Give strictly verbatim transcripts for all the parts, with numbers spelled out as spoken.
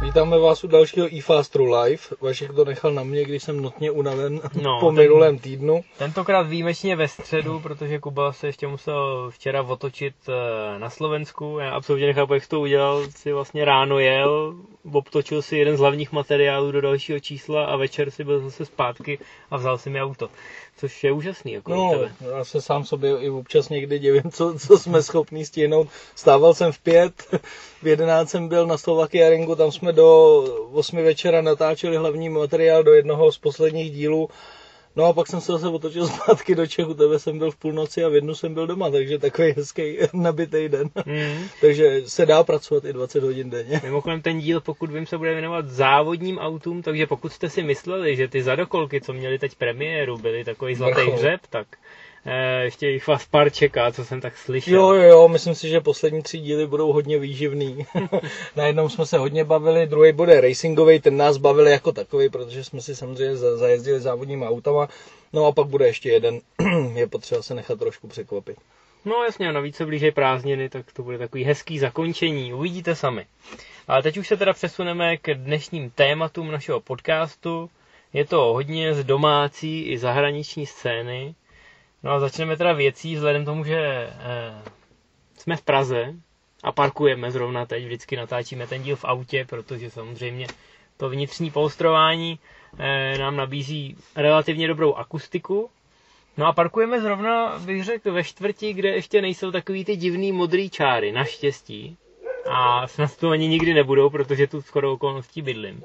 Vítáme vás u dalšího eFastru Live. Vašek to nechal na mě, když jsem notně unaven no, po ten, minulém týdnu. Tentokrát výjimečně ve středu, protože Kuba se ještě musel včera otočit na Slovensku. Já absolutně nechápu, jak to udělal. Si vlastně ráno jel, obtočil si jeden z hlavních materiálů do dalšího čísla a večer si byl zase zpátky a vzal si mi auto. Což je úžasný. Jako no, já se sám sobě i občas někdy divím, co, co jsme schopni stihnout. Stával jsem v pět, v jedenáct jsem byl na Slovakia Ringu, tam jsme do osmi večera natáčeli hlavní materiál do jednoho z posledních dílů. No a pak jsem se zase otočil zpátky do Čech, u tebe jsem byl v půlnoci a v jednu jsem byl doma, takže takový hezký nabitý den. Mm. Takže se dá pracovat i dvacet hodin denně. Mimochodem ten díl, pokud vím, se bude věnovat závodním autům, takže pokud jste si mysleli, že ty zadokolky, co měli teď premiéru, byly takový zlatý hřeb, tak eh, ještě jich vás pár čeká, co jsem tak slyšel. Jo, jo, jo, myslím si, že poslední tři díly budou hodně výživný. Na jednom jsme se hodně bavili, druhý bude racingový, ten nás bavili jako takový, protože jsme si samozřejmě zajezdili závodníma autama. No a pak bude ještě jeden, je potřeba se nechat trošku překvapit. No jasně, a navíc se blíží prázdniny, tak to bude takový hezký zakončení, uvidíte sami. Ale teď už se teda přesuneme k dnešním tématům našeho podcastu. Je to hodně z domácí i zahraniční scény. No a začneme teda věcí, vzhledem tomu, že eh, jsme v Praze a parkujeme zrovna teď, vždycky natáčíme ten díl v autě, protože samozřejmě to vnitřní polstrování eh, nám nabízí relativně dobrou akustiku. No a parkujeme zrovna, bych řekl, ve čtvrti, kde ještě nejsou takový ty divný modrý čáry, naštěstí. A snad to ani nikdy nebudou, protože tu shodou okolností bydlím.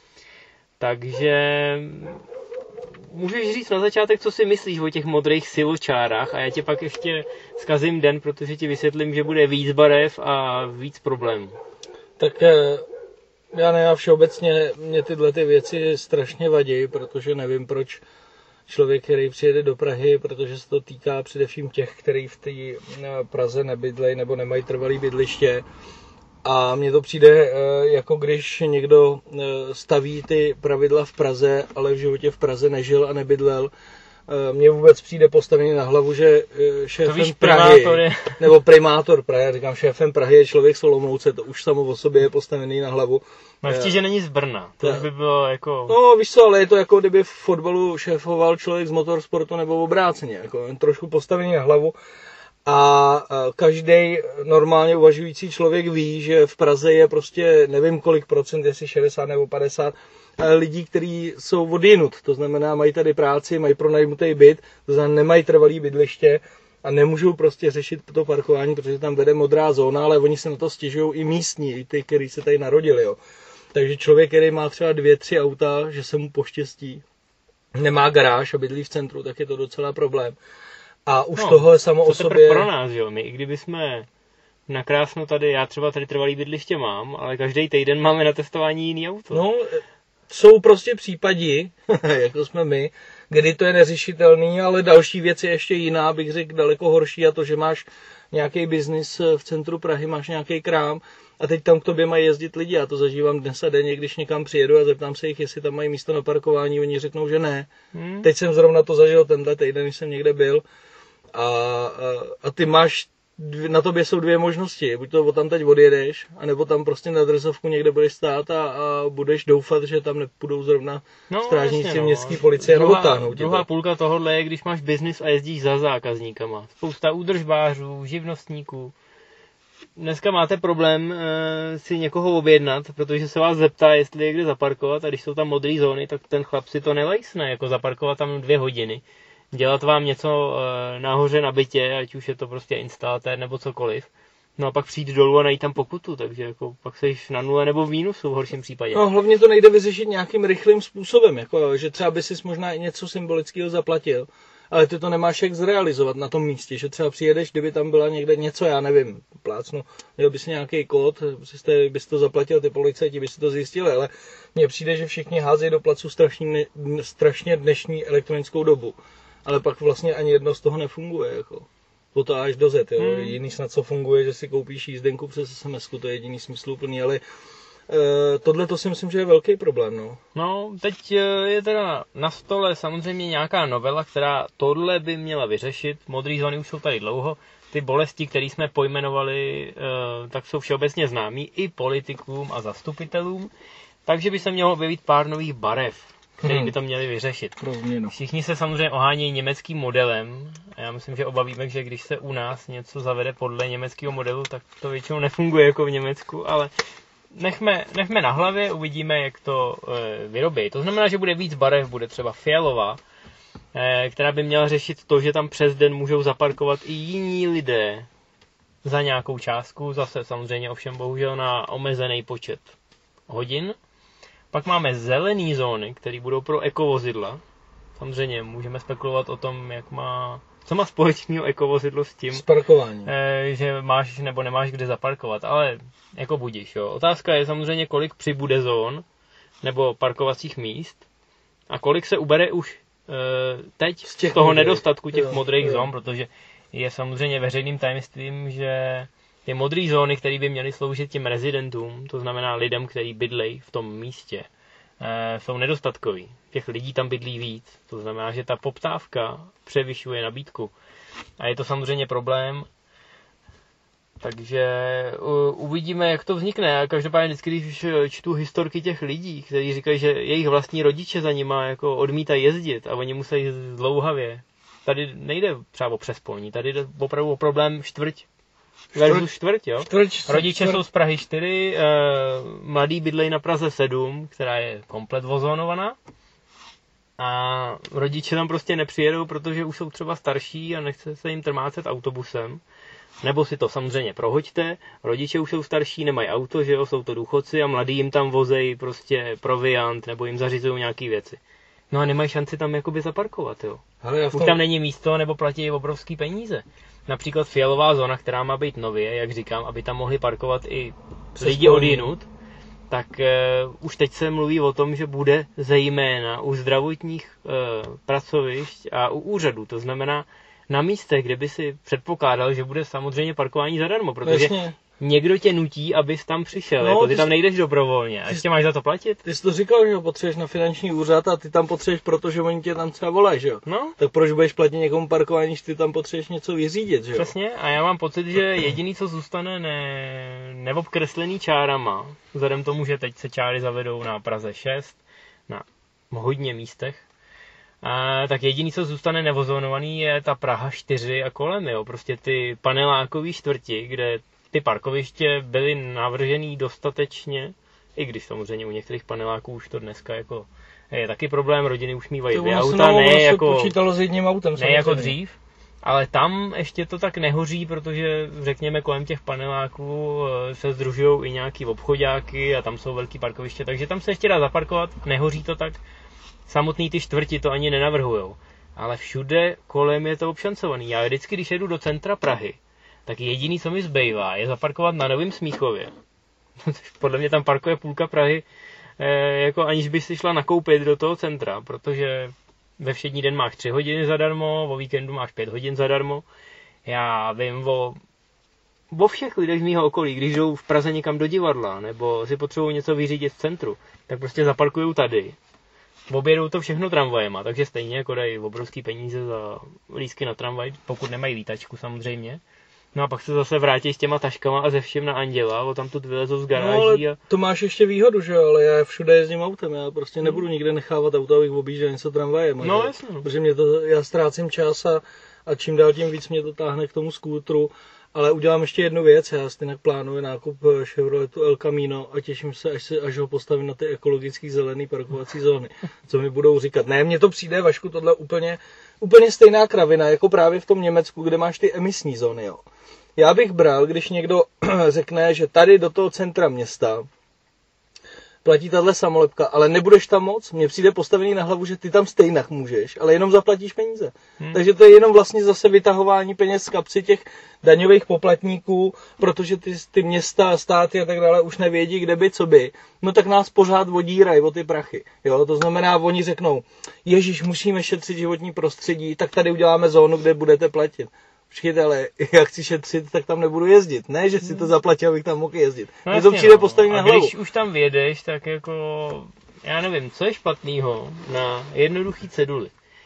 Takže můžeš říct na začátek, co si myslíš o těch modrých siločárách a já tě pak ještě zkazím den, protože ti vysvětlím, že bude víc barev a víc problémů. Tak já ne, já všeobecně mě tyhle ty věci strašně vadí, protože nevím, proč člověk, který přijede do Prahy, protože se to týká především těch, kteří v té Praze nebydlejí nebo nemají trvalé bydliště. A mně to přijde, jako když někdo staví ty pravidla v Praze, ale v životě v Praze nežil a nebydlel. Mně vůbec přijde postavený na hlavu, že šéfem víš, Prahy, nebo primátor Prahy, já říkám šéfem Prahy je člověk z Olomouce, to už samo o sobě je postavený na hlavu. Ještě, že není z Brna, to by bylo jako... No víš co, ale je to jako kdyby v fotbalu šéfoval člověk z motorsportu nebo obráceně, jako trošku postavený na hlavu. A každý normálně uvažující člověk ví, že v Praze je prostě nevím kolik procent, jestli šedesát nebo padesát lidí, kteří jsou odjinut. To znamená, mají tady práci, mají pronajmutý byt, to znamená, nemají trvalý bydliště a nemůžou prostě řešit to parkování, protože tam vede modrá zóna, ale oni se na to stěžují i místní, i ty, kteří se tady narodili. Jo. Takže člověk, který má třeba dvě, tři auta, že se mu poštěstí, nemá garáž a bydlí v centru, tak je to docela problém. A už no, tohle samo o sobě... pro nás, jo. My, i kdyby jsme nakrásno tady, já třeba tady trvalý bydliště mám, ale každý týden máme na testování jiný auto. No, jsou prostě případy, jako jsme my, kdy to je neřešitelný, ale další věc je ještě jiná, bych řekl daleko horší, a to, že máš nějaký biznis v centru Prahy, máš nějaký krám a teď tam k tobě mají jezdit lidi. Já to zažívám dnes a denně, když někam přijedu a zeptám se jich, jestli tam mají místo na parkování, oni řeknou, že ne. Hmm. Teď jsem zrovna to zažil tenhle týden, když jsem někde byl. A, a, a ty máš, na tobě jsou dvě možnosti, buď to tam teď odjedeš, anebo tam prostě na drzovku někde budeš stát a, a budeš doufat, že tam nepůjdou zrovna no, strážníci no. městské policie a odtáhnout. Druhá to. Půlka tohohle je, když máš biznis a jezdíš za zákazníkama. Spousta údržbářů, živnostníků. Dneska máte problém e, si někoho objednat, protože se vás zeptá, jestli je kde zaparkovat, a když jsou tam modré zóny, tak ten chlap si to nelejsne, jako zaparkovat tam dvě hodiny. Dělat vám něco e, nahoře na bytě, ať už je to prostě instalatér nebo cokoliv. No a pak přijít dolů a najít tam pokutu, takže jako pak seš na nule nebo v mínusu v horším případě. No hlavně to nejde vyřešit nějakým rychlým způsobem, jako že třeba by si možná i něco symbolického zaplatil, ale ty to nemáš jak zrealizovat na tom místě, že třeba přijedeš, kdyby tam byla někde něco, já nevím, plácnu, měl bys nějaký kód, byste, bys to zaplatil, ty policajti by si to zjistili, ale mně přijde, že všichni házejí do placu strašně, strašně dnešní elektronickou dobu. Ale pak vlastně ani jedno z toho nefunguje, jako. To to až do Z, jo. Hmm. Jiný snad co funguje, že si koupíš jízdenku přes es em esku, to je jediný smysluplný, ale e, tohle to si myslím, že je velký problém, no. No, teď je teda na stole samozřejmě nějaká novela, která tohle by měla vyřešit. Modrý zóny už jsou tady dlouho. ty bolesti, které jsme pojmenovali, tak jsou všeobecně známí i politikům a zastupitelům, takže by se mělo objevit pár nových barev, které hmm. by to měly vyřešit. Rozumím. Všichni se samozřejmě ohánějí německým modelem a já myslím, že oba víme, že když se u nás něco zavede podle německého modelu, tak to většinou nefunguje jako v Německu, ale nechme, nechme na hlavě, uvidíme, jak to e, vyrobí. To znamená, že bude víc barev, bude třeba fialová, e, která by měla řešit to, že tam přes den můžou zaparkovat i jiní lidé za nějakou částku, zase samozřejmě ovšem bohužel na omezený počet hodin. Pak máme zelené zóny, které budou pro ekovozidla. Samozřejmě můžeme spekulovat o tom, jak má, co má společného ekovozidlo s tím, s parkováním. Že máš nebo nemáš kde zaparkovat, ale jako budíš. Jo. Otázka je samozřejmě, kolik přibude zón nebo parkovacích míst a kolik se ubere už e, teď z, z toho modrých. nedostatku těch jo, modrých jo. zón, protože je samozřejmě veřejným tajemstvím, že ty modré zóny, které by měly sloužit těm rezidentům, to znamená lidem, kteří bydlejí v tom místě, e, jsou nedostatkový. Těch lidí tam bydlí víc. To znamená, že ta poptávka převyšuje nabídku. A je to samozřejmě problém. Takže uh, uvidíme, jak to vznikne. A každopádně vždycky, když čtu historky těch lidí, kteří říkají, že jejich vlastní rodiče za nima jako odmítají jezdit a oni musí jezdit zdlouhavě. Tady nejde třeba o přespolní, tady jde opravdu o problém čtvrť. Versus čtvrť, jo? Čtvrť, čtvrť, Rodiče čtvrť. jsou z Prahy čtyři, eh, mladí bydlejí na Praze sedm, která je komplet vozónovaná. A rodiče tam prostě nepřijedou, protože už jsou třeba starší a nechce se jim trmácet autobusem. Nebo si to samozřejmě prohoďte, rodiče už jsou starší, nemají auto, že jo, jsou to důchodci a mladí jim tam vozejí prostě proviant nebo jim zařizují nějaký věci. No a nemají šanci tam jakoby zaparkovat, jo. Hele, tom... Už tam není místo nebo platí obrovský peníze. Například fialová zóna, která má být nově, jak říkám, aby tam mohli parkovat i lidi odjinud, tak uh, už teď se mluví o tom, že bude zejména u zdravotních uh, pracovišť a u úřadů. To znamená na místech, kde by si předpokládal, že bude samozřejmě parkování zadarmo, protože Jasně. někdo tě nutí, abys tam přišel. No, jako ty, ty tam nejdeš dobrovolně a ještě máš za to platit. Ty jsi to říkal, že ho potřebuješ na finanční úřad a ty tam potřebuješ, protože oni tě tam třeba volají, že jo? No. Tak proč budeš platit někomu parkování, když ty tam potřebuješ něco vyřídit, že jo? Přesně a já mám pocit, že jediný, co zůstane ne... neobkreslený čárama, vzhledem tomu, že teď se čáry zavedou na Praze šest, na hodně místech, a tak jediný, co zůstane nevozónovaný, je ta Praha čtyři a kolem, jo. Prostě ty panelákový čtvrti, kde ty parkoviště byly navržený dostatečně, i když samozřejmě u některých paneláků už to dneska jako je taky problém, rodiny už mývají dvě auta, ne jako, počítalo s jedním autem, ne jako dřív, ale tam ještě to tak nehoří, protože řekněme kolem těch paneláků se sdružují i nějaký obchodáky a tam jsou velký parkoviště, takže tam se ještě dá zaparkovat, nehoří to tak. Samotný ty čtvrti to ani nenavrhujou. Ale všude kolem je to obšancovaný. Já vždycky, když jedu do centra Prahy, tak jediný, co mi zbývá, je zaparkovat na Novém Smíchově. Podle mě tam parkuje půlka Prahy, eh, jako aniž by si šla nakoupit do toho centra, protože ve všední den máš tři hodiny zadarmo, o víkendu máš pět hodin zadarmo. Já vím o, o všech lidech z mýho okolí, když jdou v Praze někam do divadla, nebo si potřebují něco vyřídit v centru, tak prostě zaparkují tady. Objedou to všechno tramvajema, takže stejně jako dají obrovský peníze za lístky na tramvaj, pokud nemají lítačku samozřejmě. No a pak se zase vrátí s těma taškama a ze všem na Anděla, o tam tu vylezou z garáží. No, ale a... to máš ještě výhodu, že jo, ale já všude jezdím autem, já prostě hmm. nebudu nikde nechávat auto, abych objížděl něco tramvajem. No jasně. Protože mě to, já ztrácím čas a, a čím dál tím víc mě to táhne k tomu skútru. Ale udělám ještě jednu věc, já stejně plánuji nákup Chevroletu El Camino a těším se, až, se, až ho postavím na ty ekologický zelený parkovací zóny. Co mi budou říkat. Ne, mně to přijde, Vašku, tohle úplně, úplně stejná kravina, jako právě v tom Německu, kde máš ty emisní zóny. Jo. Já bych bral, když někdo řekne, že tady do toho centra města platí tahle samolepka, ale nebudeš tam moc, mně přijde postavený na hlavu, že ty tam stejně můžeš, ale jenom zaplatíš peníze. Hmm. Takže to je jenom vlastně zase vytahování peněz z kapsy těch daňových poplatníků, protože ty, ty města, státy a tak dále už nevědí, kde by, co by. No tak nás pořád vodírají o ty prachy. Jo? To znamená, oni řeknou, ježiš, musíme šetřit životní prostředí, tak tady uděláme zónu, kde budete platit. Počkejte, ale jak chci šetřit, tak tam nebudu jezdit. Ne, že si to zaplatí, abych tam mohl jezdit. No Mně to přijde no. postavení na hlavu. Když už tam vědeš, tak jako, já nevím, co je špatného na jednoduchý ceduli.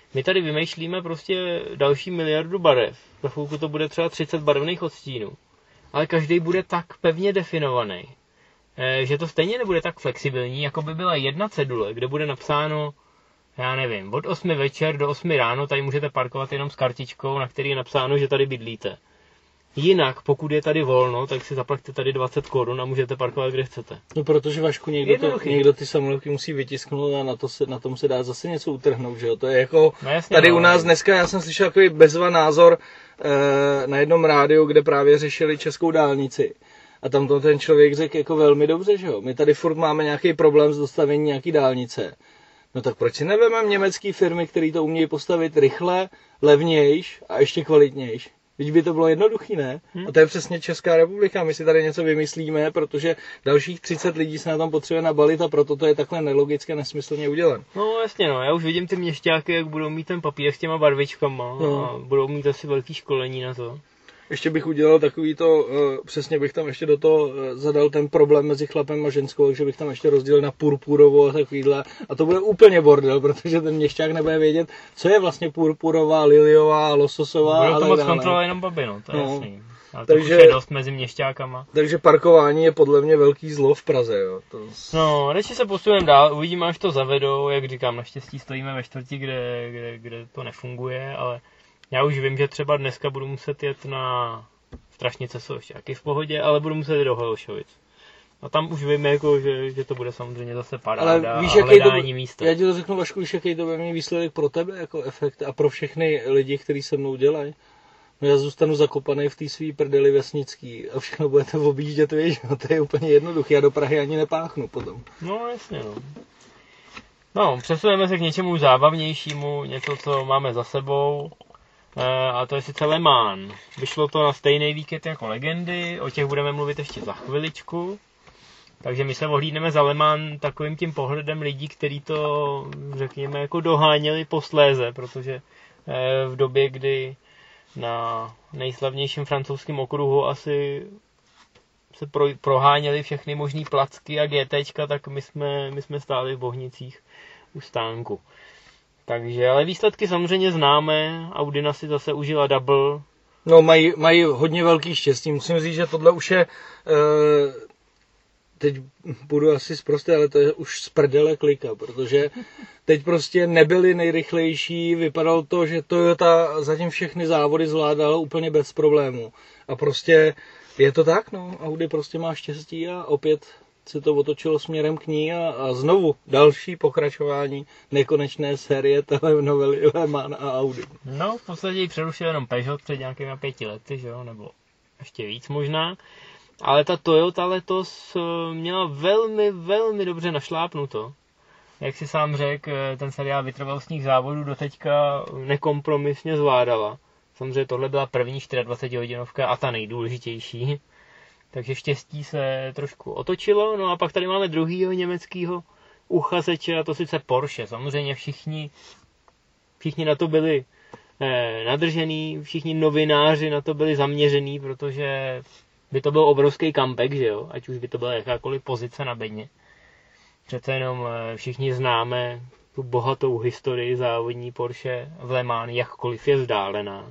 My tady vymýšlíme prostě další miliardu barev. Za chvilku to bude třeba třicet barevných odstínů. Ale každý bude tak pevně definovaný, že to stejně nebude tak flexibilní, jako by byla jedna cedule, kde bude napsáno, já nevím, od osmi večer do osmi ráno tady můžete parkovat jenom s kartičkou, na který je napsáno, že tady bydlíte. Jinak, pokud je tady volno, tak si zaplaťte tady dvacet korun a můžete parkovat, kde chcete. No protože, Vašku, někdo, to, někdo ty samolepky musí vytisknout a na, to se, na tom se dá zase něco utrhnout, že jo? To je jako, no jasně, tady no, u nás dneska, já jsem slyšel takový bezva názor eh, na jednom rádiu, kde právě řešili českou dálnici. A tam to ten člověk řekl jako velmi dobře, že jo? My tady furt máme nějaký problém s dostavením nějaký dálnice. No tak proč si nevememe německé firmy, které to umějí postavit rychle, levnějš a ještě kvalitnějš? Vždyť by to bylo jednoduchý, ne? Hmm. A to je přesně Česká republika. My si tady něco vymyslíme, protože dalších třicet lidí se na tom potřebuje nabalit a proto to je takhle nelogicky a nesmyslně udělan. No jasně, no. Já už vidím ty měšťáky, jak budou mít ten papír s těma barvičkama no. A budou mít asi velký školení na to. Ještě bych udělal takový to, přesně bych tam ještě do toho zadal ten problém mezi chlapem a ženskou, takže bych tam ještě rozdělil na purpurovou a takovýhle. A to bude úplně bordel, protože ten měšťák nebude vědět, co je vlastně purpurová, liliová, lososová. Budou to moc kontrolovat jenom babi, no, to je no. jasný. Ale takže, to je dost mezi měšťákama. Takže parkování je podle mě velký zlo v Praze, jo. To... No, radši se posuneme dál, uvidíme, až to zavedou, jak říkám, naštěstí stojíme ve čtvrti, kde, kde, kde to nefunguje, ale já už vím, že třeba dneska budu muset jet na Strašnice, jsou ještě taky v pohodě, ale budu muset jít do Holešovic. A tam už vím, jako, že, že to bude samozřejmě zase paráda ale víš, a hledání to, místa. Já ti to řeknu, Vašku, víš, jaký to bude mít výsledek pro tebe jako efekt a pro všechny lidi, kteří se mnou dělají. No já zůstanu zakopaný v té svý prdeli vesnický a všechno budete objíždět, víš, no to je úplně jednoduché, já do Prahy ani nepáchnu potom. No jasně, no. No, přesuneme se k něčemu zábavnějšímu, něco, co máme za sebou. A to je sice Le Mans. Vyšlo to na stejný víkend jako Legendy, o těch budeme mluvit ještě za chviličku. Takže my se ohlídneme za Le Mans takovým tím pohledem lidí, kteří to, řekněme, jako doháněli posléze, protože v době, kdy na nejslavnějším francouzském okruhu asi se pro, proháněli všechny možný placky a GTčka, tak my jsme, my jsme stáli v Bohnicích u stánku. Takže, ale výsledky samozřejmě známe, Audina si zase užila double. No, mají, mají hodně velký štěstí, musím říct, že tohle už je, e, teď budu asi zprostý, ale to je už z prdele klika, protože teď prostě nebyli nejrychlejší, vypadalo to, že Toyota zatím všechny závody zvládala úplně bez problémů. A prostě je to tak, no, Audi prostě má štěstí a opět se to otočilo směrem k ní a, a znovu další pokračování nekonečné série telenovely Le Mans a Audi. No, v podstatě ji přerušil jenom Peugeot před nějakými pěti lety, že jo, nebo ještě víc možná. Ale ta Toyota letos měla velmi, velmi dobře našlápnuto. Jak si sám řekl, ten seriál vytrvalostních závodů doteďka nekompromisně zvládala. Samozřejmě tohle byla první dvacetihodinovka a ta nejdůležitější. Takže štěstí se trošku otočilo. No a pak tady máme druhýho německého uchazeče, a to sice Porsche. Samozřejmě všichni, všichni na to byli eh, nadržený, všichni novináři na to byli zaměřený, protože by to byl obrovský comeback, že jo? Ať už by to byla jakákoliv pozice na bedně. Přece jenom eh, všichni známe tu bohatou historii závodní Porsche v Le Mans, jakkoliv je vzdálená.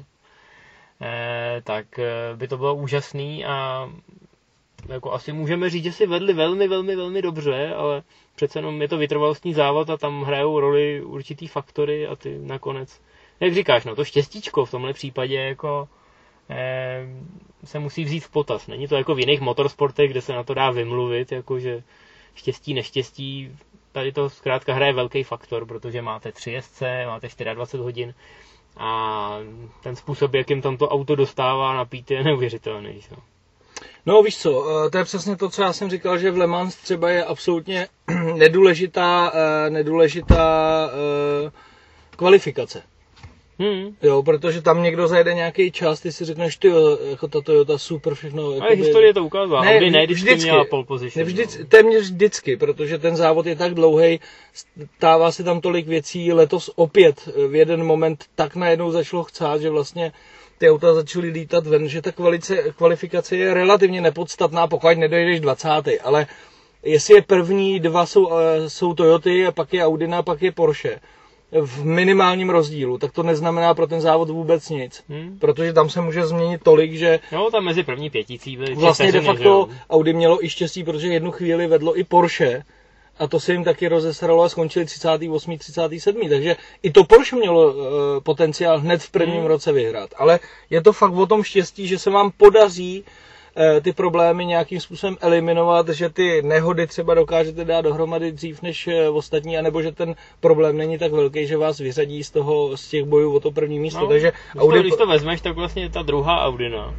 Eh, tak eh, by to bylo úžasný a jako asi můžeme říct, že si vedli velmi, velmi, velmi dobře, ale přece jenom je to vytrvalostní závod a tam hrajou roli určitý faktory a ty nakonec, jak říkáš, no to štěstíčko v tomhle případě jako eh, se musí vzít v potaz. Není to jako v jiných motorsportech, kde se na to dá vymluvit, jakože štěstí, neštěstí, tady to zkrátka hraje velký faktor, protože máte tři jezdce, máte dvacet čtyři hodin a ten způsob, jakým tam to auto dostává napít, je neuvěřitelný. No. No víš co, to je přesně to, co já jsem říkal, že v Le Mans třeba je absolutně nedůležitá, nedůležitá kvalifikace. Hmm. Jo, protože tam někdo zajede nějaký čas, ty si řekneš, ty jo, jako ta Toyota super, všechno. Ale jakoby... historie to ukázala, ne, Audi ne, vždycky měla pole position. Ne, vždycky, no. Téměř vždycky, protože ten závod je tak dlouhej, stává se tam tolik věcí, letos opět v jeden moment tak najednou začalo chcát, že vlastně ty auta začaly lítat ven, že ta kvalice, kvalifikace je relativně nepodstatná, pokud nedojdeš dvacátý Ale jestli je první dva jsou, jsou Toyoty, a pak je Audina, pak je Porsche, v minimálním rozdílu, tak to neznamená pro ten závod vůbec nic. Hmm. Protože tam se může změnit tolik, že... No, tam mezi první pěticí byly vlastně de facto Audi mělo i štěstí, protože jednu chvíli vedlo i Porsche a to se jim taky rozesralo a skončili třicátý osmý třicátý sedmý Takže i to Porsche mělo uh, potenciál hned v prvním hmm. roce vyhrát. Ale je to fakt o tom štěstí, že se vám podaří ty problémy nějakým způsobem eliminovat, že ty nehody třeba dokážete dát dohromady dřív než ostatní, anebo že ten problém není tak velký, že vás vyřadí z toho, z těch bojů o to první místo. No, Takže když, Audi... to, když to vezmeš, tak vlastně ta druhá Audina,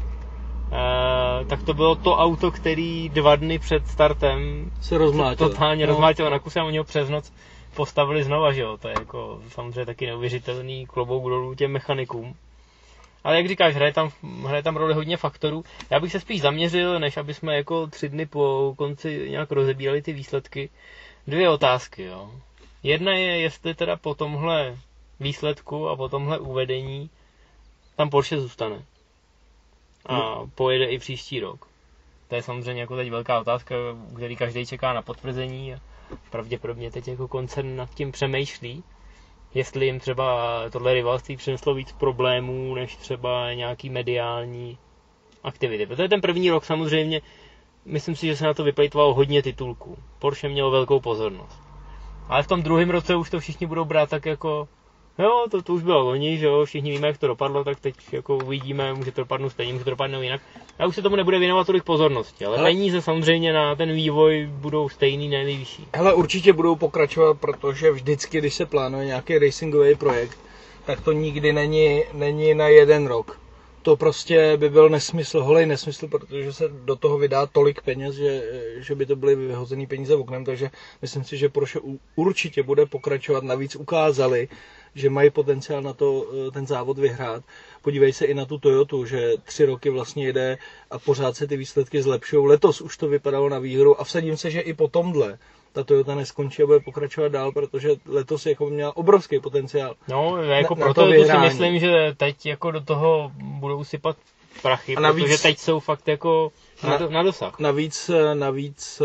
eh, tak to bylo to auto, který dva dny před startem se rozmlátilo. Totálně no. rozmlátilo na kusy a oni ho přes noc postavili znova, že jo. To je jako samozřejmě taky neuvěřitelný klobouk dolů těm mechanikům. Ale jak říkáš, hraje tam, hraje tam roli hodně faktorů. Já bych se spíš zaměřil, než aby jsme jako tři dny po konci nějak rozebírali ty výsledky. Dvě otázky, jo. Jedna je, jestli teda po tomhle výsledku a po tomhle uvedení tam Porsche zůstane. A pojede i příští rok. To je samozřejmě jako teď velká otázka, který každý čeká na potvrzení a pravděpodobně teď jako koncern nad tím přemýšlí. Jestli jim třeba tohle rivalství přineslo víc problémů, než třeba nějaký mediální aktivity. Protože ten první rok samozřejmě, myslím si, že se na to vyplejtvalo hodně titulků. Porsche mělo velkou pozornost. Ale v tom druhém roce už to všichni budou brát tak jako, jo, to, to už bylo loni, že jo, všichni víme, jak to dopadlo, tak teď jako uvidíme, může to dopadnout stejně, může to dopadnout jinak. A už se tomu nebude věnovat tolik pozornosti, ale, ale peníze samozřejmě na ten vývoj budou stejný, ne nejvyšší. Hele, určitě budou pokračovat, protože vždycky, když se plánuje nějaký racingový projekt, tak to nikdy není, není na jeden rok. To prostě by byl nesmysl, holej nesmysl, protože se do toho vydá tolik peněz, že, že by to byly vyhozený peníze oknem, takže myslím si, že Porsche určitě bude pokračovat. Navíc ukázali, že mají potenciál na to ten závod vyhrát. Podívej se i na tu Toyotu, že tři roky vlastně jede a pořád se ty výsledky zlepšují. Letos už to vypadalo na výhru a vsadím se, že i po tomhle ta Toyota neskončí a bude pokračovat dál, protože letos jako měla obrovský potenciál. No, jako na, proto na si myslím, že teď jako do toho budou sypat prachy, navíc, protože teď jsou fakt jako na, na, na dosah. Navíc, navíc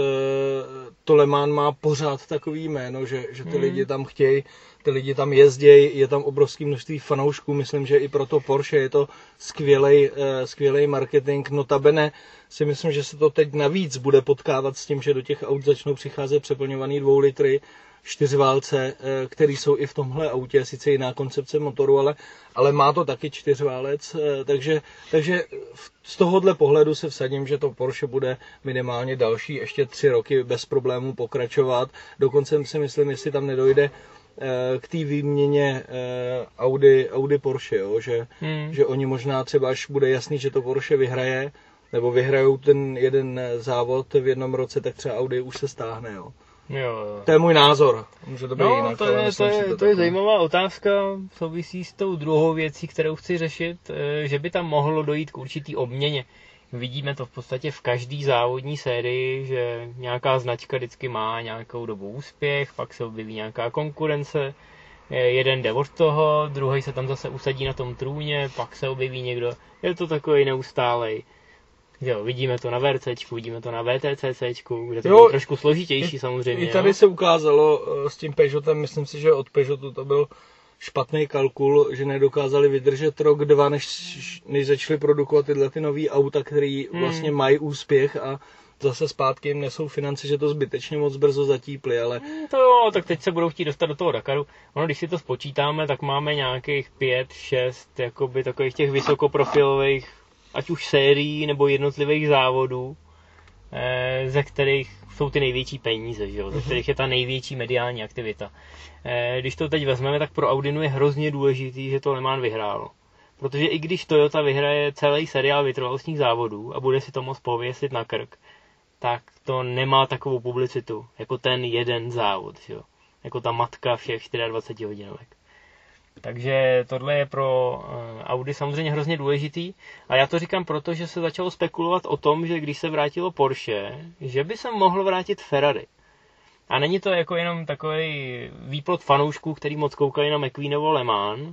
to Le Mans má pořád takový jméno, že, že ty hmm. lidi tam chtějí, ty lidi tam jezdějí, je tam obrovské množství fanoušků, myslím, že i pro to Porsche je to skvělej, skvělej marketing, notabene si myslím, že se to teď navíc bude potkávat s tím, že do těch aut začnou přicházet přeplňovaný dvou litry, čtyřválce, který jsou i v tomhle autě, sice jiná koncepce motoru, ale, ale má to taky čtyřválec, takže, takže z tohohle pohledu se vsadím, že to Porsche bude minimálně další ještě tři roky bez problémů pokračovat. Dokonce si myslím, jestli tam nedojde k té výměně Audi, Audi Porsche, jo? Že, hmm. že oni možná třeba, až bude jasný, že to Porsche vyhraje, nebo vyhrajou ten jeden závod v jednom roce, tak třeba Audi už se stáhne. Jo? Jo, jo. To je můj názor. Může to být no, jinak, to je, to je, to, to je zajímavá otázka, souvisí s tou druhou věcí, kterou chci řešit, že by tam mohlo dojít k určitý obměně. Vidíme to v podstatě v každé závodní sérii, že nějaká značka vždycky má nějakou dobu úspěch, pak se objeví nějaká konkurence, jeden jde od toho, druhý se tam zase usadí na tom trůně, pak se objeví někdo. Je to takový neustálej. Jo, vidíme to na VRCčku, vidíme to na VTCCčku, kde to jo, bylo trošku složitější i, samozřejmě. I tady jo? se ukázalo s tím Peugeotem, myslím si, že od Peugeotu to byl špatný kalkul, že nedokázali vydržet rok, dva, než, než začali produkovat tyhle ty nový auta, který hmm. vlastně mají úspěch a zase zpátky jim nesou finance, že to zbytečně moc brzo zatípli, ale... To jo, tak teď se budou chtít dostat do toho Dakaru. Ono, když si to spočítáme, tak máme nějakých pět, šest, jakoby takových těch vysokoprofilových, ať už sérií nebo jednotlivých závodů, eh, ze kterých jsou ty největší peníze, že jo? Ze kterých je ta největší mediální aktivita. Eh, když to teď vezmeme, tak pro Audinu je hrozně důležitý, že to Le Mans vyhrálo. Protože i když Toyota vyhraje celý seriál vytrvalostních závodů a bude si to moct pověsit na krk, tak to nemá takovou publicitu, jako ten jeden závod, že jo? Jako ta matka všech dvacet čtyři hodinovek. Takže tohle je pro Audi samozřejmě hrozně důležitý. A já to říkám proto, že se začalo spekulovat o tom, že když se vrátilo Porsche, že by se mohlo vrátit Ferrari. A není to jako jenom takový výplod fanoušků, který moc koukají na McQueenovo Le Mans,